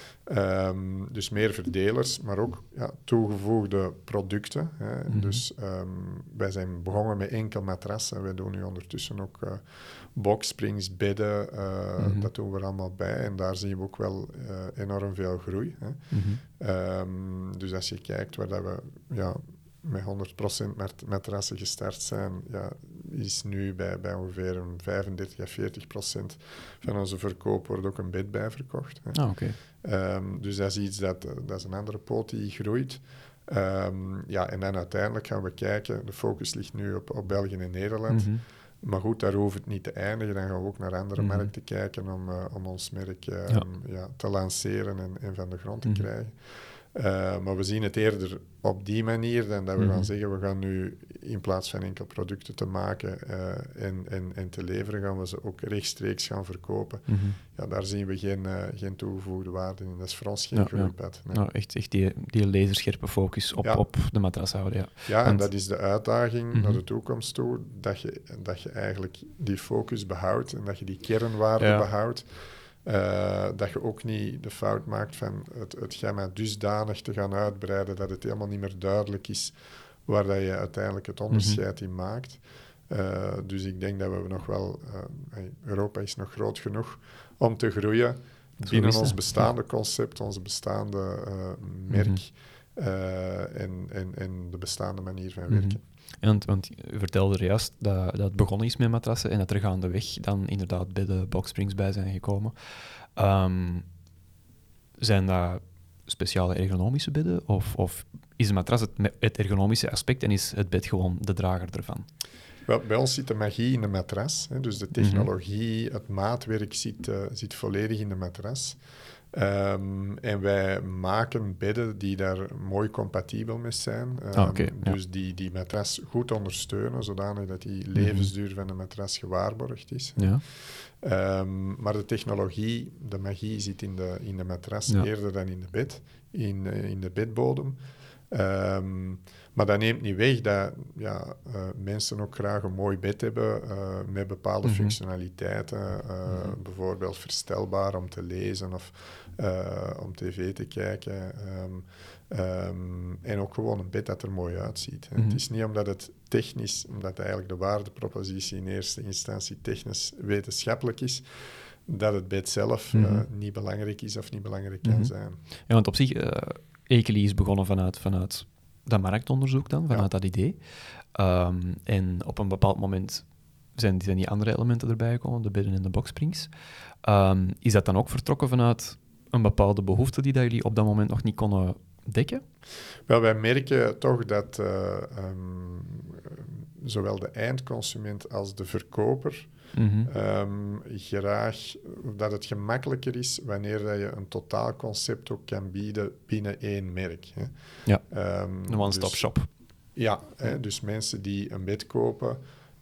Um, dus meer verdelers, maar ook ja, toegevoegde producten. Hè. Mm-hmm. Dus um, wij zijn begonnen met enkel matrassen. Wij doen nu ondertussen ook uh, boxsprings, bedden. Uh, mm-hmm. Dat doen we er allemaal bij. En daar zien we ook wel uh, enorm veel groei. Hè. Mm-hmm. Um, dus als je kijkt waar dat we ja, met honderd procent mat- matrassen gestart zijn, ja, is nu bij, bij ongeveer een vijfendertig à veertig procent van onze verkoop wordt ook een bed bij verkocht. Hè. Ah, oké. Um, dus dat is iets dat, dat is een andere poot die groeit. Um, ja, en dan uiteindelijk gaan we kijken, de focus ligt nu op, op België en Nederland. Mm-hmm. Maar goed, daar hoeft het niet te eindigen. Dan gaan we ook naar andere mm-hmm. markten kijken om, uh, om ons merk um, ja. Ja, te lanceren en, en van de grond te mm-hmm. krijgen. Uh, maar we zien het eerder op die manier dan dat we mm-hmm. gaan zeggen, we gaan nu in plaats van enkel producten te maken uh, en, en, en te leveren, gaan we ze ook rechtstreeks gaan verkopen. Mm-hmm. Ja, daar zien we geen, uh, geen toegevoegde waarde in. Dat is voor ons geen ja, groeipad. Ja. Nee. Nou, echt, echt die, die laserscherpe focus op, ja. op de matras houden. Ja, ja en, en dat is de uitdaging mm-hmm. naar de toekomst toe, dat je, dat je eigenlijk die focus behoudt en dat je die kernwaarde ja. behoudt. Uh, dat je ook niet de fout maakt van het, het gamma dusdanig te gaan uitbreiden dat het helemaal niet meer duidelijk is waar dat je uiteindelijk het onderscheid mm-hmm. in maakt. Uh, dus ik denk dat we nog wel... Uh, Europa is nog groot genoeg om te groeien binnen ons bestaande ja. concept, ons bestaande uh, merk mm-hmm. uh, en, en, en de bestaande manier van werken. Mm-hmm. En, want je vertelde er juist dat, dat het begonnen is met matrassen en dat er gaandeweg dan inderdaad bij de boxsprings bij zijn gekomen. Um, zijn dat speciale ergonomische bedden of, of is de matras het, het ergonomische aspect en is het bed gewoon de drager ervan? Wel, bij ons zit de magie in de matras. Hè, dus de technologie, mm-hmm. het maatwerk zit, uh, zit volledig in de matras. Um, en wij maken bedden die daar mooi compatibel mee zijn. Um, oh, okay, dus ja. die die matras goed ondersteunen, zodanig dat die levensduur mm-hmm. van de matras gewaarborgd is. Ja. Um, maar de technologie, de magie zit in de, in de matras ja. eerder dan in de bed, in, uh, in de bedbodem. Um, maar dat neemt niet weg dat ja, uh, mensen ook graag een mooi bed hebben uh, met bepaalde mm-hmm. functionaliteiten. Uh, mm-hmm. Bijvoorbeeld verstelbaar om te lezen of uh, om tv te kijken. Um, um, en ook gewoon een bed dat er mooi uitziet. Mm-hmm. Het is niet omdat het technisch, omdat eigenlijk de waardepropositie in eerste instantie technisch-wetenschappelijk is, dat het bed zelf mm-hmm. uh, niet belangrijk is of niet belangrijk kan mm-hmm. zijn. Ja, want op zich... Uh... Ekeli is begonnen vanuit, vanuit dat marktonderzoek dan, vanuit ja. dat idee. Um, en op een bepaald moment zijn, zijn die andere elementen erbij gekomen, de bedden en de boxsprings. Um, is dat dan ook vertrokken vanuit een bepaalde behoefte die dat jullie op dat moment nog niet konden dekken? Wel, wij merken toch dat uh, um, zowel de eindconsument als de verkoper Mm-hmm. Um, graag dat het gemakkelijker is wanneer dat je een totaalconcept ook kan bieden binnen één merk. Hè. Ja, um, een one-stop dus, shop. Ja, ja. Hè, dus mensen die een bed kopen,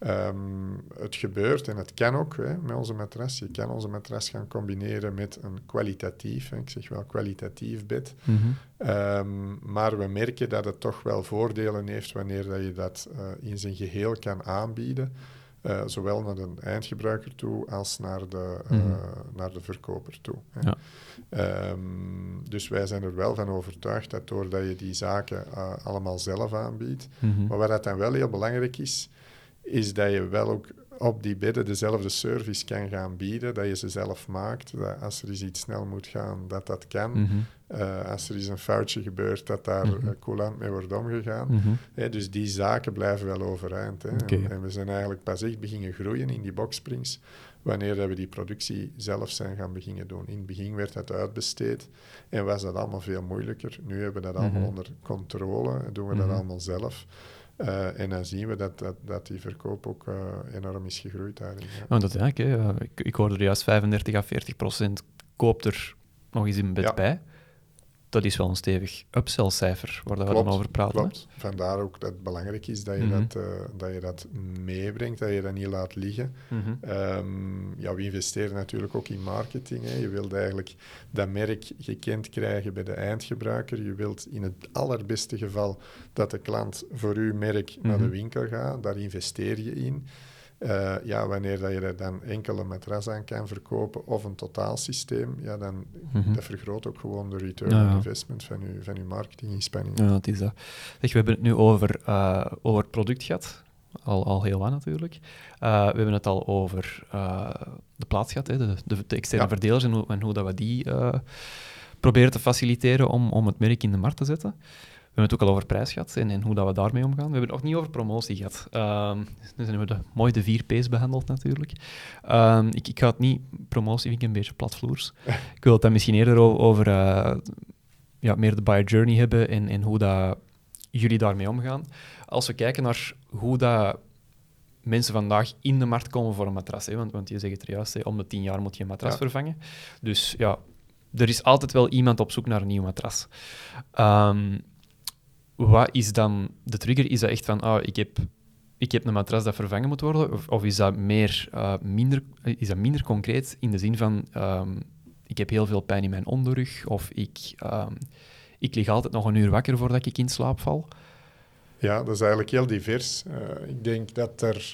um, het gebeurt en het kan ook hè, met onze matras. Je kan onze matras gaan combineren met een kwalitatief, hè, ik zeg wel kwalitatief bed. Mm-hmm. Um, maar we merken dat het toch wel voordelen heeft wanneer dat je dat uh, in zijn geheel kan aanbieden. Uh, zowel naar de eindgebruiker toe als naar de, uh, mm-hmm. naar de verkoper toe. Hè. Ja. Um, dus wij zijn er wel van overtuigd dat doordat je die zaken uh, allemaal zelf aanbiedt, mm-hmm. maar wat dat dan wel heel belangrijk is, is dat je wel ook op die bedden dezelfde service kan gaan bieden, dat je ze zelf maakt, dat als er eens iets snel moet gaan, dat dat kan. Mm-hmm. Uh, als er eens een foutje gebeurt, dat daar mm-hmm. uh, coulant mee wordt omgegaan. Mm-hmm. Hey, dus die zaken blijven wel overeind. Hè. Okay. En, en we zijn eigenlijk pas echt beginnen groeien in die boxsprings, wanneer we die productie zelf zijn gaan beginnen doen. In het begin werd dat uitbesteed en was dat allemaal veel moeilijker. Nu hebben we dat allemaal mm-hmm. onder controle en doen we mm-hmm. dat allemaal zelf. Uh, en dan zien we dat, dat, dat die verkoop ook uh, enorm is gegroeid daarin. Ja. Want dat eigenlijk, hè, uh, ik, ik hoorde er juist vijfendertig à veertig procent koopt er nog eens in bed ja. bij. dat is wel een stevig upsell-cijfer waar dat we Klopt, dan over praten. Klopt. Hè? Vandaar ook dat het belangrijk is dat je, Mm-hmm. dat, uh, dat je dat meebrengt, dat je dat niet laat liggen. Mm-hmm. Um, ja, we investeren natuurlijk ook in marketing. Hè. Je wilt eigenlijk dat merk gekend krijgen bij de eindgebruiker. Je wilt in het allerbeste geval dat de klant voor uw merk mm-hmm. naar de winkel gaat. Daar investeer je in. Uh, ja, wanneer dat je er dan enkel een matras aan kan verkopen of een totaalsysteem, ja, dan mm-hmm. dat vergroot ook gewoon de return ja, ja. on investment van je, van je marketinginspanning. Ja, dat is dat. Zeg, we hebben het nu over, uh, over het product gehad. Al, al heel wat natuurlijk. Uh, we hebben het al over uh, de plaats gehad, hè, de, de, de externe ja. verdelers en hoe, en hoe dat we die uh, proberen te faciliteren om, om het merk in de markt te zetten. We hebben het ook al over prijs gehad en, en hoe dat we daarmee omgaan. We hebben het nog niet over promotie gehad. Uh, dus hebben we de, mooi de vier P's behandeld natuurlijk. Uh, ik, ik ga het niet... Promotie vind ik een beetje platvloers. Ik wil het dan misschien eerder over, over uh, ja, meer de buyer journey hebben en, en hoe dat jullie daarmee omgaan. Als we kijken naar hoe dat mensen vandaag in de markt komen voor een matras, hè, want, want je zegt het er juist, hè, om de tien jaar moet je een matras ja. vervangen. Dus ja, er is altijd wel iemand op zoek naar een nieuw matras. Um, wat is dan de trigger? Is dat echt van, oh, ik heb, ik heb een matras dat vervangen moet worden? Of, of is, dat meer, uh, minder, is dat minder concreet in de zin van, um, ik heb heel veel pijn in mijn onderrug, of ik, um, ik lig altijd nog een uur wakker voordat ik in slaap val? Ja, dat is eigenlijk heel divers. Uh, ik denk dat er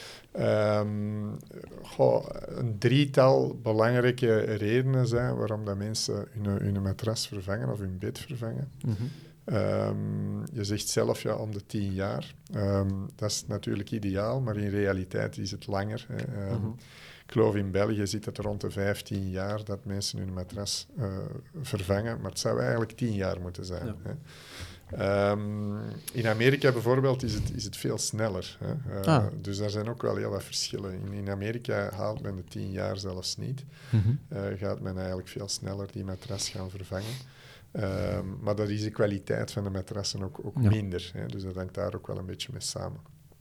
um, goh, een drietal belangrijke redenen zijn waarom dat mensen hun, hun matras vervangen of hun bed vervangen. Mm-hmm. Um, je zegt zelf ja, om de tien jaar. Um, dat is natuurlijk ideaal, maar in realiteit is het langer. Hè. Um, mm-hmm. Ik geloof in België zit het rond de vijftien jaar dat mensen hun matras uh, vervangen, maar het zou eigenlijk tien jaar moeten zijn. Ja. Hè. Um, in Amerika bijvoorbeeld is het, is het veel sneller. Hè. Uh, ah. Dus daar zijn ook wel heel wat verschillen. In, in Amerika haalt men de tien jaar zelfs niet. Mm-hmm. Uh, gaat men eigenlijk veel sneller die matras gaan vervangen. Um, maar dat is de kwaliteit van de matrassen ook, ook ja. minder. Hè. Dus dat hangt daar ook wel een beetje mee samen.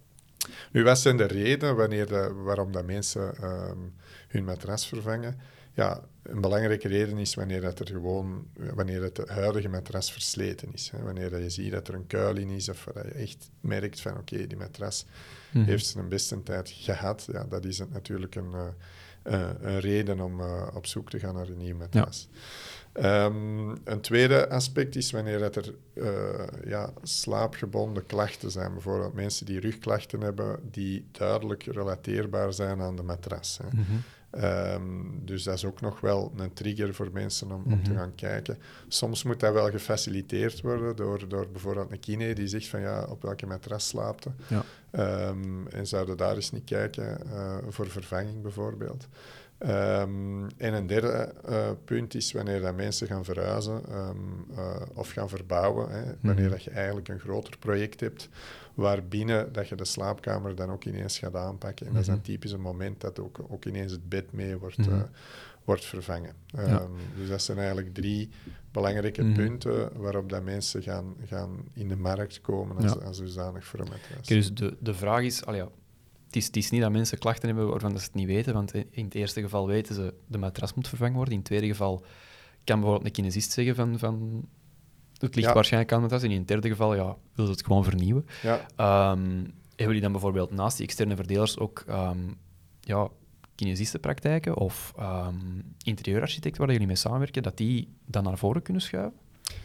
Nu, wat zijn de redenen wanneer de, waarom dat mensen um, hun matras vervangen? Ja, een belangrijke reden is wanneer dat er gewoon, wanneer dat de huidige matras versleten is. Hè. Wanneer dat je ziet dat er een kuil in is, of dat je echt merkt van oké, okay, die matras mm-hmm. heeft zijn beste tijd gehad. Ja, dat is het natuurlijk een, uh, een reden om uh, op zoek te gaan naar een nieuwe matras. Ja. Um, een tweede aspect is wanneer dat er uh, ja, slaapgebonden klachten zijn. Bijvoorbeeld mensen die rugklachten hebben die duidelijk relateerbaar zijn aan de matras. Hè. Mm-hmm. Um, dus dat is ook nog wel een trigger voor mensen om, mm-hmm. om te gaan kijken. Soms moet dat wel gefaciliteerd worden door, door bijvoorbeeld een kine die zegt van ja, op welke matras slaapt je. Ja. Um, en zouden daar eens niet kijken uh, voor vervanging bijvoorbeeld. Um, en een derde uh, punt is wanneer dat mensen gaan verhuizen um, uh, of gaan verbouwen. Hè, mm-hmm. Wanneer dat je eigenlijk een groter project hebt waarbinnen dat je de slaapkamer dan ook ineens gaat aanpakken. En mm-hmm. dat is dan typisch een moment dat ook, ook ineens het bed mee wordt, mm-hmm. uh, wordt vervangen. Um, ja. Dus dat zijn eigenlijk drie belangrijke mm-hmm. punten waarop dat mensen gaan, gaan in de markt komen als, ja. als zodanig voor een matras. Okay, dus de, de vraag is... Al ja. Het is, het is niet dat mensen klachten hebben waarvan ze het niet weten, want in het eerste geval weten ze de matras moet vervangen worden. In het tweede geval kan bijvoorbeeld een kinesist zeggen van, van het ligt ja. waarschijnlijk aan de matras. En in het derde geval ja, wil ze het gewoon vernieuwen. Ja. Um, hebben jullie dan bijvoorbeeld naast die externe verdelers ook um, ja, kinesistenpraktijken of um, interieurarchitecten waar jullie mee samenwerken, dat die dan naar voren kunnen schuiven?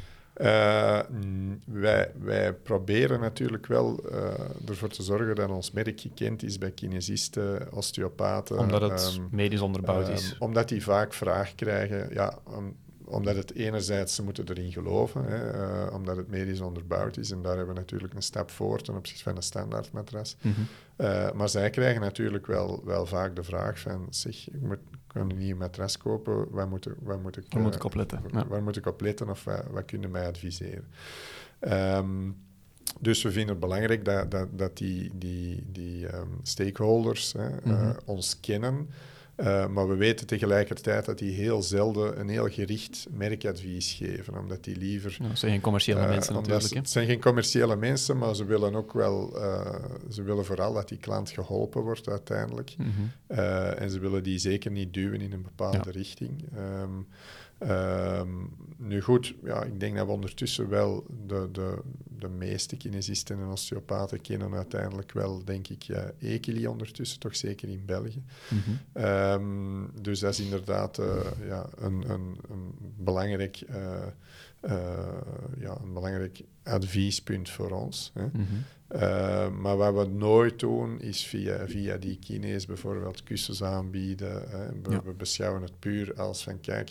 Uh, wij, wij proberen natuurlijk wel uh, ervoor te zorgen dat ons merk gekend is bij kinesisten, osteopaten. Omdat het um, medisch onderbouwd um, is. Omdat die vaak vraag krijgen, ja, um, omdat het enerzijds, ze moeten erin geloven, hè, uh, omdat het medisch onderbouwd is. En daar hebben we natuurlijk een stap voor ten opzichte van een standaardmatras. Mm-hmm. Uh, maar zij krijgen natuurlijk wel, wel vaak de vraag van, zeg, ik moet een nieuwe matras kopen, waar moet, waar moet, ik, waar moet ik op letten? Uh, ja. Waar moet ik op letten of wat, wat kunnen mij adviseren? Um, dus we vinden het belangrijk dat, dat, dat die, die, die um, stakeholders hè, mm-hmm. uh, ons kennen. Uh, maar we weten tegelijkertijd dat die heel zelden een heel gericht merkadvies geven, omdat die liever... Ja, het zijn geen commerciële uh, mensen natuurlijk. Ze, het zijn geen commerciële mensen, maar ze willen ook wel... Uh, ze willen vooral dat die klant geholpen wordt uiteindelijk. Mm-hmm. Uh, en ze willen die zeker niet duwen in een bepaalde ja. richting. Um, Um, nu goed, ja, ik denk dat we ondertussen wel de, de, de meeste kinesisten en osteopaten kennen uiteindelijk wel, denk ik, ja, Ekeli ondertussen, toch zeker in België. Mm-hmm. Um, dus dat is inderdaad uh, ja, een, een, een belangrijk... Uh, Uh, ja, een belangrijk adviespunt voor ons. Hè. Mm-hmm. Uh, maar wat we nooit doen, is via, via die kines bijvoorbeeld kussens aanbieden. Hè. We, Ja. we beschouwen het puur als van, kijk,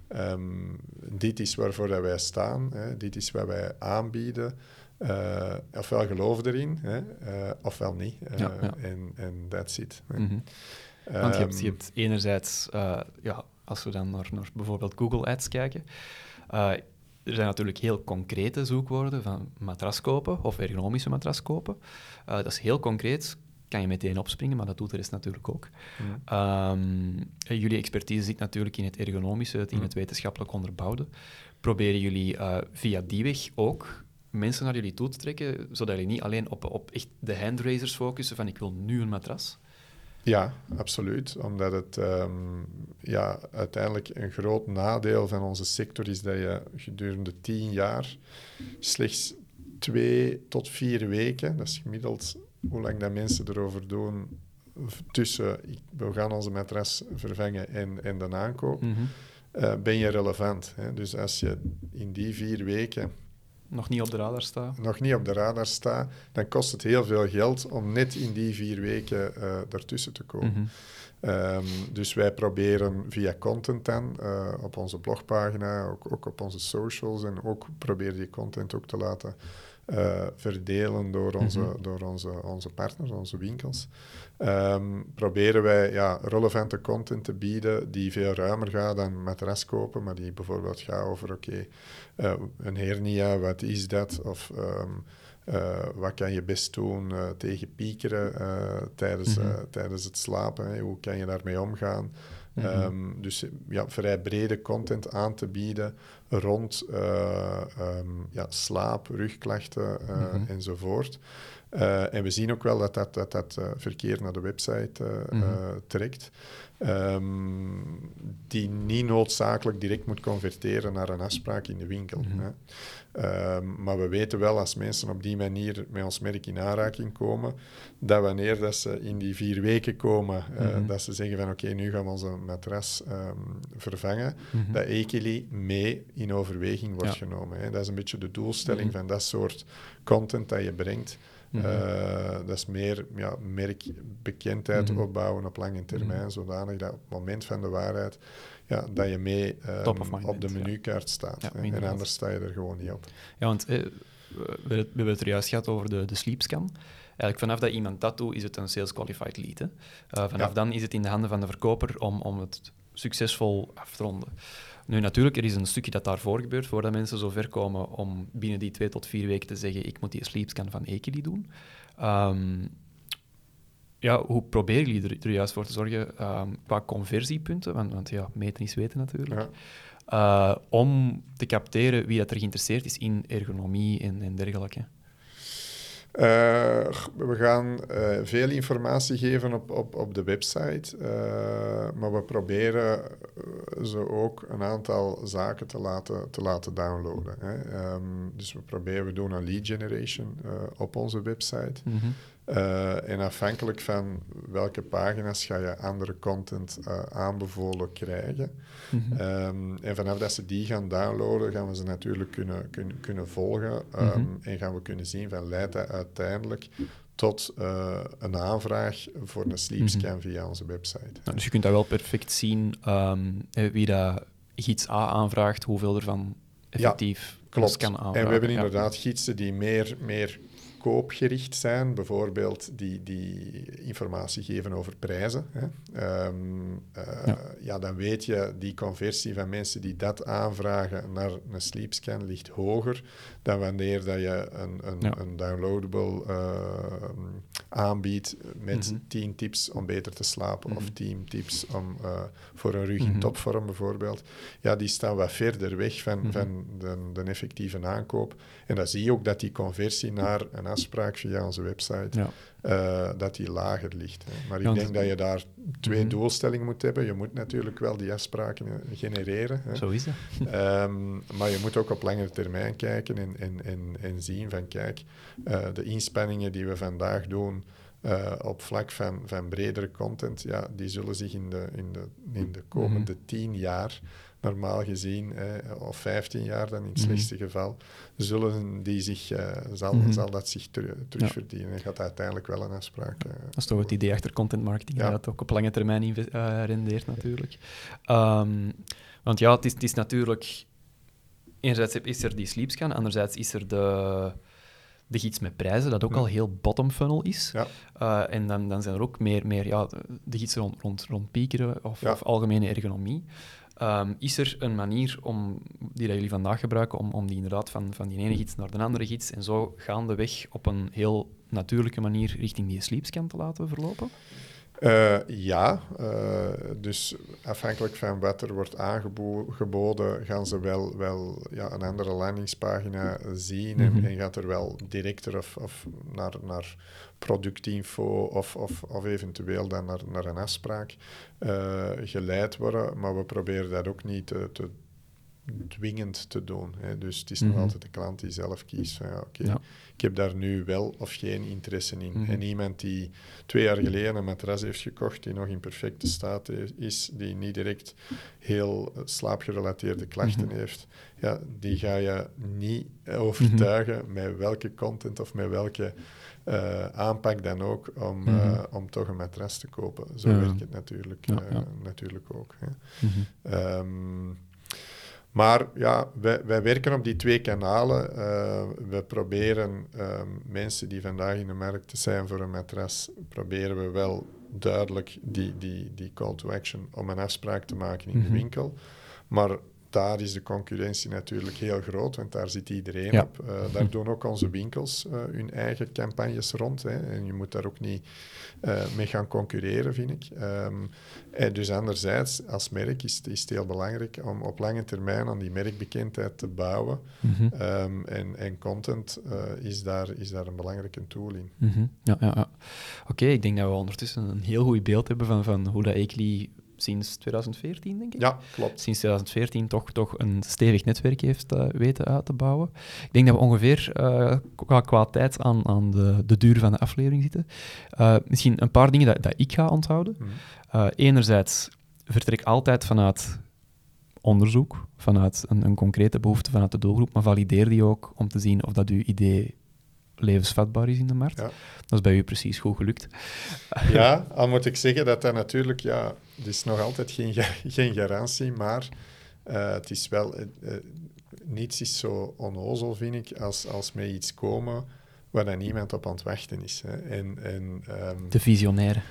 um, dit is waarvoor dat wij staan, hè. Dit is wat wij aanbieden. Uh, ofwel geloof erin, hè, uh, ofwel niet. Uh, Ja, ja. En, en that's it. Mm-hmm. Um, Want je hebt, je hebt enerzijds, uh, ja, als we dan naar, naar bijvoorbeeld Google Ads kijken, uh, er zijn natuurlijk heel concrete zoekwoorden van matras kopen of ergonomische matras kopen. Uh, dat is heel concreet, kan je meteen opspringen, maar dat doet de rest natuurlijk ook. Mm. Um, jullie expertise zit natuurlijk in het ergonomische, in Mm. het wetenschappelijk onderbouwde. Proberen jullie uh, via die weg ook mensen naar jullie toe te trekken, zodat jullie niet alleen op, op echt de handraisers focussen van ik wil nu een matras? Ja, absoluut. Omdat het um, ja, uiteindelijk een groot nadeel van onze sector is dat je gedurende tien jaar slechts twee tot vier weken, dat is gemiddeld hoe lang dat mensen erover doen, tussen we gaan onze matras vervangen en, en de aankoop, Mm-hmm. uh, ben je relevant. Hè? Dus als je in die vier weken nog niet op de radar staat. nog niet op de radar staat, dan kost het heel veel geld om net in die vier weken uh, ertussen te komen. Mm-hmm. Um, dus wij proberen via content dan, uh, op onze blogpagina, ook, ook op onze socials, en ook proberen die content ook te laten uh, verdelen door onze, Mm-hmm. door onze, onze partners, onze winkels. Um, proberen wij ja, relevante content te bieden die veel ruimer gaat dan matras kopen, maar die bijvoorbeeld gaat over, oké, okay, uh, een hernia, wat is dat? Of um, uh, wat kan je best doen uh, tegen piekeren uh, tijdens, mm-hmm. uh, tijdens het slapen? Hè? Hoe kan je daarmee omgaan? Mm-hmm. Um, dus ja, vrij brede content aan te bieden rond uh, um, ja, slaap, rugklachten uh, mm-hmm. enzovoort. Uh, en we zien ook wel dat dat, dat, dat uh, verkeer naar de website uh, mm-hmm. uh, trekt. Um, die niet noodzakelijk direct moet converteren naar een afspraak in de winkel. Mm-hmm. Hè. Um, maar we weten wel, als mensen op die manier met ons merk in aanraking komen, dat wanneer dat ze in die vier weken komen, uh, mm-hmm. dat ze zeggen van oké, okay, nu gaan we onze matras um, vervangen, mm-hmm. dat Ekeli mee in overweging wordt ja. genomen. Hè. Dat is een beetje de doelstelling mm-hmm. van dat soort content dat je brengt. Mm-hmm. Uh, dat is meer ja, merkbekendheid mm-hmm. opbouwen op lange termijn, mm-hmm. zodanig dat op het moment van de waarheid ja, dat je mee um, op de menukaart staat. Ja, en anders sta je er gewoon niet op. Ja, want eh, we, we hebben het er juist gehad over de, de sleepscan. Eigenlijk vanaf dat iemand dat doet, is het een sales qualified lead. Hè? Uh, vanaf ja. dan is het in de handen van de verkoper om, om het succesvol af te ronden. Nu, natuurlijk, er is een stukje dat daarvoor gebeurt, voordat mensen zover komen om binnen die twee tot vier weken te zeggen ik moet die sleepscan van Ekeli doen. Um, ja, hoe proberen jullie er, er juist voor te zorgen um, qua conversiepunten, want, want ja, meten is weten natuurlijk, ja. uh, om te capteren wie dat er geïnteresseerd is in ergonomie en, en dergelijke? Uh, we gaan uh, veel informatie geven op, op, op de website, uh, maar we proberen uh, ze ook een aantal zaken te laten, te laten downloaden. Hè. Um, dus we proberen, we doen een lead generation uh, op onze website. Mm-hmm. Uh, en afhankelijk van welke pagina's ga je andere content uh, aanbevolen krijgen. Mm-hmm. Um, en vanaf dat ze die gaan downloaden, gaan we ze natuurlijk kunnen, kunnen, kunnen volgen. Um, mm-hmm. En gaan we kunnen zien van leidt dat uiteindelijk tot uh, een aanvraag voor een sleepscan mm-hmm. via onze website. Nou, dus je kunt dat wel perfect zien, um, wie dat gids A aanvraagt, hoeveel ervan effectief ja, klopt. kan aanvragen. En we hebben inderdaad ja. gidsen die meer... meer koopgericht zijn, bijvoorbeeld die, die informatie geven over prijzen. Hè. Um, uh, ja. ja, dan weet je, die conversie van mensen die dat aanvragen naar een sleepscan ligt hoger dan wanneer dat je een, een, ja. een downloadable uh, aanbiedt met mm-hmm. tien tips om beter te slapen mm-hmm. of tien tips om, uh, voor een rug in mm-hmm. topvorm bijvoorbeeld. Ja, die staan wat verder weg van, mm-hmm. van de, de effectieve aankoop. En dan zie je ook dat die conversie naar een afspraak via onze website uh, dat die lager ligt. Hè. Maar ik ja, denk dat je daar twee mm-hmm. doelstellingen moet hebben. Je moet natuurlijk wel die afspraken genereren. Hè. Zo is dat. um, maar je moet ook op langere termijn kijken en, en, en, en zien van kijk, uh, de inspanningen die we vandaag doen uh, op vlak van, van bredere content, ja, die zullen zich in de, in de, in de komende mm-hmm. tien jaar normaal gezien, eh, of vijftien jaar dan in het mm-hmm. slechtste geval, zullen die zich, uh, zal, mm-hmm. zal dat zich ter, terugverdienen. Je gaat uiteindelijk wel een afspraak... Uh, dat is toch het idee achter content marketing, ja. dat het ook op lange termijn inve- uh, rendeert natuurlijk. Um, want ja, het is, het is natuurlijk... Enerzijds is er die sleepscan, anderzijds is er de... de gids met prijzen, dat ook ja. al heel bottom funnel is. Ja. Uh, en dan, dan zijn er ook meer, meer ja, de gidsen rond, rond, rond piekeren of, ja. of algemene ergonomie. Um, is er een manier om, die dat jullie vandaag gebruiken om, om die inderdaad van, van die ene gids naar de andere gids en zo gaandeweg op een heel natuurlijke manier richting die sleepscan te laten verlopen? Uh, ja, uh, dus afhankelijk van wat er wordt aangeboden, gaan ze wel, wel ja, een andere landingspagina zien mm-hmm. en, en gaat er wel directer of, of naar, naar productinfo of, of, of eventueel dan naar, naar een afspraak uh, geleid worden. Maar we proberen dat ook niet te, te dwingend te doen. Hè. Dus het is mm-hmm. nog altijd de klant die zelf kiest van ja, oké, okay, ja. ik heb daar nu wel of geen interesse in. Mm-hmm. En iemand die twee jaar geleden een matras heeft gekocht die nog in perfecte staat is, die niet direct heel slaapgerelateerde klachten mm-hmm. heeft, ja, die ga je niet overtuigen mm-hmm. met welke content of met welke uh, aanpak dan ook om, mm-hmm. uh, om toch een matras te kopen. Zo ja. werkt het natuurlijk, ja, uh, ja. natuurlijk ook. Hè. Mm-hmm. Um, Maar ja, wij, wij werken op die twee kanalen. Uh, we proberen uh, mensen die vandaag in de markt zijn voor een matras, proberen we wel duidelijk die, die, die call to action om een afspraak te maken in mm-hmm. de winkel. Maar daar is de concurrentie natuurlijk heel groot, want daar zit iedereen ja. op. Uh, daar doen ook onze winkels uh, hun eigen campagnes rond. Hè, en je moet daar ook niet uh, mee gaan concurreren, vind ik. Um, en dus anderzijds, als merk is, is het heel belangrijk om op lange termijn aan die merkbekendheid te bouwen. Mm-hmm. Um, en, en content uh, is, daar, is daar een belangrijke tool in. Mm-hmm. Ja, ja, ja. Oké, okay, ik denk dat we ondertussen een heel goed beeld hebben van, van hoe dat Eekli sinds twintig veertien, denk ik. Ja, klopt. Sinds twintig veertien toch, toch een stevig netwerk heeft uh, weten uit te bouwen. Ik denk dat we ongeveer uh, qua, qua tijd aan, aan de, de duur van de aflevering zitten. Uh, misschien een paar dingen dat, dat ik ga onthouden. Mm. Uh, enerzijds vertrek altijd vanuit onderzoek, vanuit een, een concrete behoefte vanuit de doelgroep, maar valideer die ook om te zien of dat uw idee levensvatbaar is in de markt. Ja. Dat is bij u precies goed gelukt. Ja, al moet ik zeggen dat dat natuurlijk, ja, het is nog altijd geen, geen garantie, maar uh, het is wel, uh, uh, niets is zo onnozel, vind ik, als, als met iets komen waar dan niemand op aan het wachten is. Hè. En, en, um, de visionaire.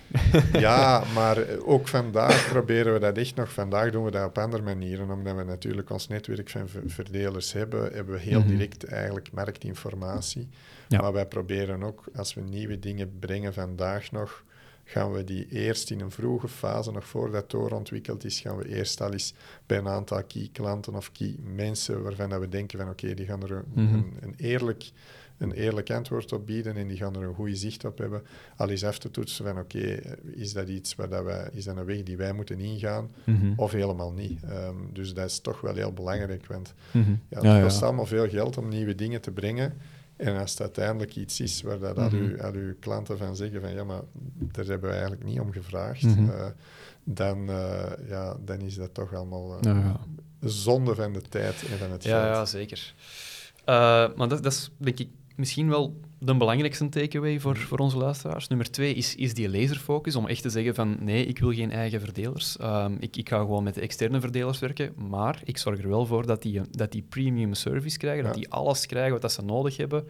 Ja, maar ook vandaag proberen we dat echt nog. Vandaag doen we dat op andere manieren, omdat we natuurlijk ons netwerk van verdelers hebben, hebben we heel mm-hmm. direct eigenlijk marktinformatie. Ja. Maar wij proberen ook, als we nieuwe dingen brengen vandaag nog, gaan we die eerst in een vroege fase, nog voordat het doorontwikkeld is, gaan we eerst al eens bij een aantal key klanten of key mensen waarvan we denken van oké, okay, die gaan er een, mm-hmm. een, een eerlijk... een eerlijk antwoord op bieden en die gaan er een goede zicht op hebben. Al eens af te toetsen van oké, okay, is dat iets waar dat wij, is dat een weg die wij moeten ingaan mm-hmm. of helemaal niet. Um, dus dat is toch wel heel belangrijk, want mm-hmm. ja, het ja, kost ja. allemaal veel geld om nieuwe dingen te brengen. En als het uiteindelijk iets is waar dat mm-hmm. al, uw, al uw klanten van zeggen van ja, maar daar hebben we eigenlijk niet om gevraagd, mm-hmm. uh, dan, uh, ja, dan is dat toch allemaal uh, ja, ja. zonde van de tijd en van het ja, geld. Ja, zeker. Uh, maar dat, dat is, denk ik, misschien wel de belangrijkste takeaway voor, voor onze luisteraars. Nummer twee is, is die laserfocus, om echt te zeggen van nee, ik wil geen eigen verdelers. Um, ik, ik ga gewoon met de externe verdelers werken, maar ik zorg er wel voor dat die, dat die premium service krijgen, ja. dat die alles krijgen wat dat ze nodig hebben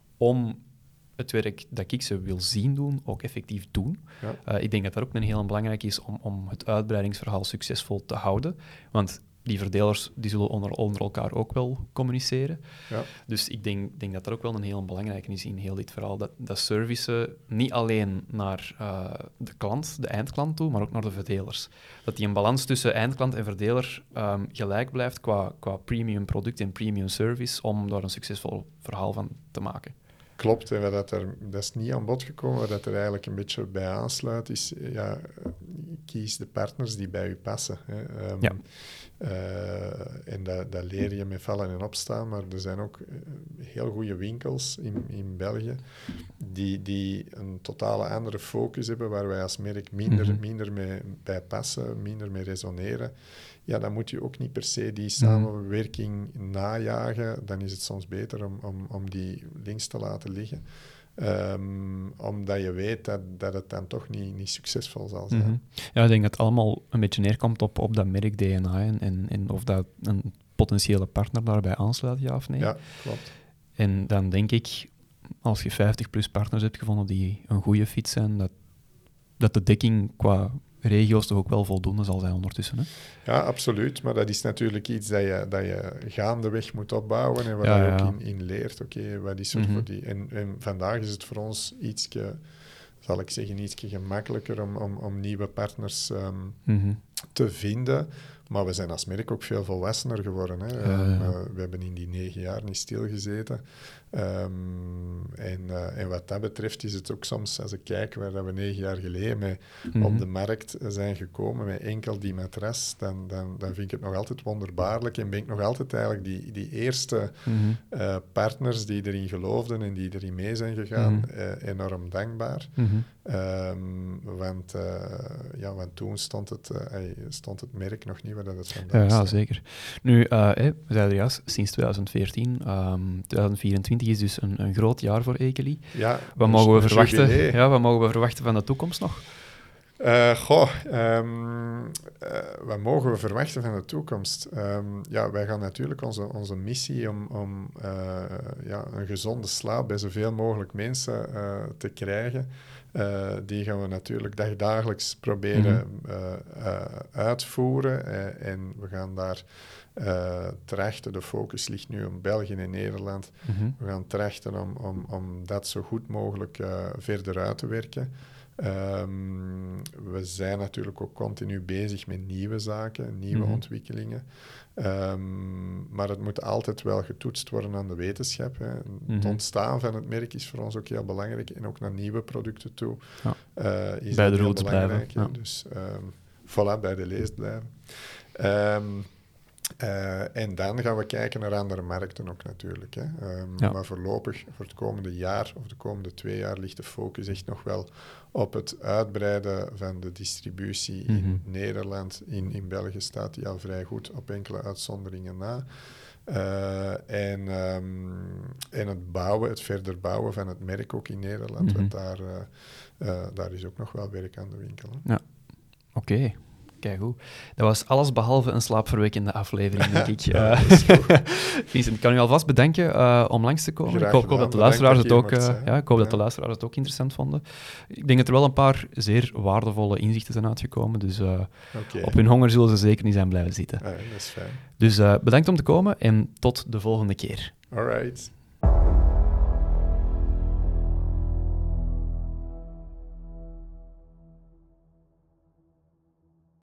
om het werk dat ik ze wil zien doen, ook effectief doen. Ja. Uh, ik denk dat dat ook een heel belangrijk is om, om het uitbreidingsverhaal succesvol te houden, want die verdelers die zullen onder, onder elkaar ook wel communiceren. Ja. Dus ik denk, denk dat dat ook wel een heel belangrijke is in heel dit verhaal. Dat, dat servicen niet alleen naar uh, de klant, de eindklant toe, maar ook naar de verdelers. Dat die een balans tussen eindklant en verdeler um, gelijk blijft qua, qua premium product en premium service om daar een succesvol verhaal van te maken. Klopt, en wat dat, er, dat is niet aan bod gekomen. Wat dat er eigenlijk een beetje bij aansluit, is ja, kies de partners die bij u passen. Hè. Um, ja. Uh, en dat, dat leer je met vallen en opstaan, maar er zijn ook heel goede winkels in, in België die, die een totale andere focus hebben, waar wij als merk minder, mm-hmm. minder mee bij passen, minder mee resoneren. Ja, dan moet je ook niet per se die samenwerking najagen. Dan is het soms beter om, om, om die links te laten liggen. Um, omdat je weet dat, dat het dan toch niet, niet succesvol zal zijn. Mm-hmm. Ja, ik denk dat het allemaal een beetje neerkomt op, op dat merk D N A en, en, en of dat een potentiële partner daarbij aansluit, ja of nee. Ja, klopt. En dan denk ik, als je vijftig plus partners hebt gevonden die een goede fit zijn, dat, dat de dekking qua regio's toch ook wel voldoende zal zijn ondertussen. Hè? Ja, absoluut. Maar dat is natuurlijk iets dat je, dat je gaandeweg moet opbouwen en waar ja, je ja. ook in, in leert. Oké, okay, wat is er mm-hmm. voor die... En, en vandaag is het voor ons ietsje, zal ik zeggen, ietsje gemakkelijker om, om, om nieuwe partners um, mm-hmm. te vinden. Maar we zijn als merk ook veel volwassener geworden. Hè. Uh, um, uh, we hebben in die negen jaar niet stilgezeten. Um, en, uh, en wat dat betreft is het ook soms, als ik kijk waar dat we negen jaar geleden mee mm-hmm. op de markt zijn gekomen, met enkel die matras, dan, dan, dan vind ik het nog altijd wonderbaarlijk en ben ik nog altijd eigenlijk die, die eerste mm-hmm. uh, partners die erin geloofden en die erin mee zijn gegaan, mm-hmm. uh, enorm dankbaar. Mm-hmm. Um, want, uh, ja, want toen stond het, uh, stond het merk nog niet waar dat het vandaag ja, ja, zeker. Nu, uh, hey, we zeiden juist, sinds twintig veertien, um, twintig vierentwintig is dus een, een groot jaar voor Ekeli. Ja, wat, mogen we verwachten, ja, wat mogen we verwachten van de toekomst nog? Uh, goh, um, uh, wat mogen we verwachten van de toekomst? Um, ja, wij gaan natuurlijk onze, onze missie om, om uh, ja, een gezonde slaap bij zoveel mogelijk mensen uh, te krijgen. Uh, die gaan we natuurlijk dagdagelijks proberen mm-hmm. uh, uh, uitvoeren. Uh, en we gaan daar uh, trachten, de focus ligt nu op België en Nederland. Mm-hmm. We gaan trachten om, om, om dat zo goed mogelijk uh, verder uit te werken. Um, we zijn natuurlijk ook continu bezig met nieuwe zaken, nieuwe mm-hmm. ontwikkelingen. Um, maar het moet altijd wel getoetst worden aan de wetenschap. Hè. Mm-hmm. Het ontstaan van het merk is voor ons ook heel belangrijk. En ook naar nieuwe producten toe ja. uh, is bij dat de roots heel belangrijk. blijven. Ja. Dus um, voilà, bij de leest blijven. Um, Uh, en dan gaan we kijken naar andere markten ook natuurlijk. Hè. Um, ja. Maar voorlopig, voor het komende jaar of de komende twee jaar, ligt de focus echt nog wel op het uitbreiden van de distributie mm-hmm. in Nederland. In, in België staat die al vrij goed, op enkele uitzonderingen na. Uh, en, um, en het bouwen, het verder bouwen van het merk ook in Nederland, mm-hmm. want daar, uh, uh, daar is ook nog wel werk aan de winkel. Hè. Ja, oké. Okay. Kijk hoe. Dat was alles behalve een slaapverwekkende aflevering, denk ik. Ja, Vincent, ik kan u alvast bedanken uh, om langs te komen. Ik hoop, ik hoop dat de luisteraars het ook, uh, ja, ik hoop ja. dat de luisteraars het ook interessant vonden. Ik denk dat er wel een paar zeer waardevolle inzichten zijn uitgekomen, dus uh, okay. op hun honger zullen ze zeker niet zijn blijven zitten. Ah, dat is fijn. Dus uh, bedankt om te komen en tot de volgende keer. All right.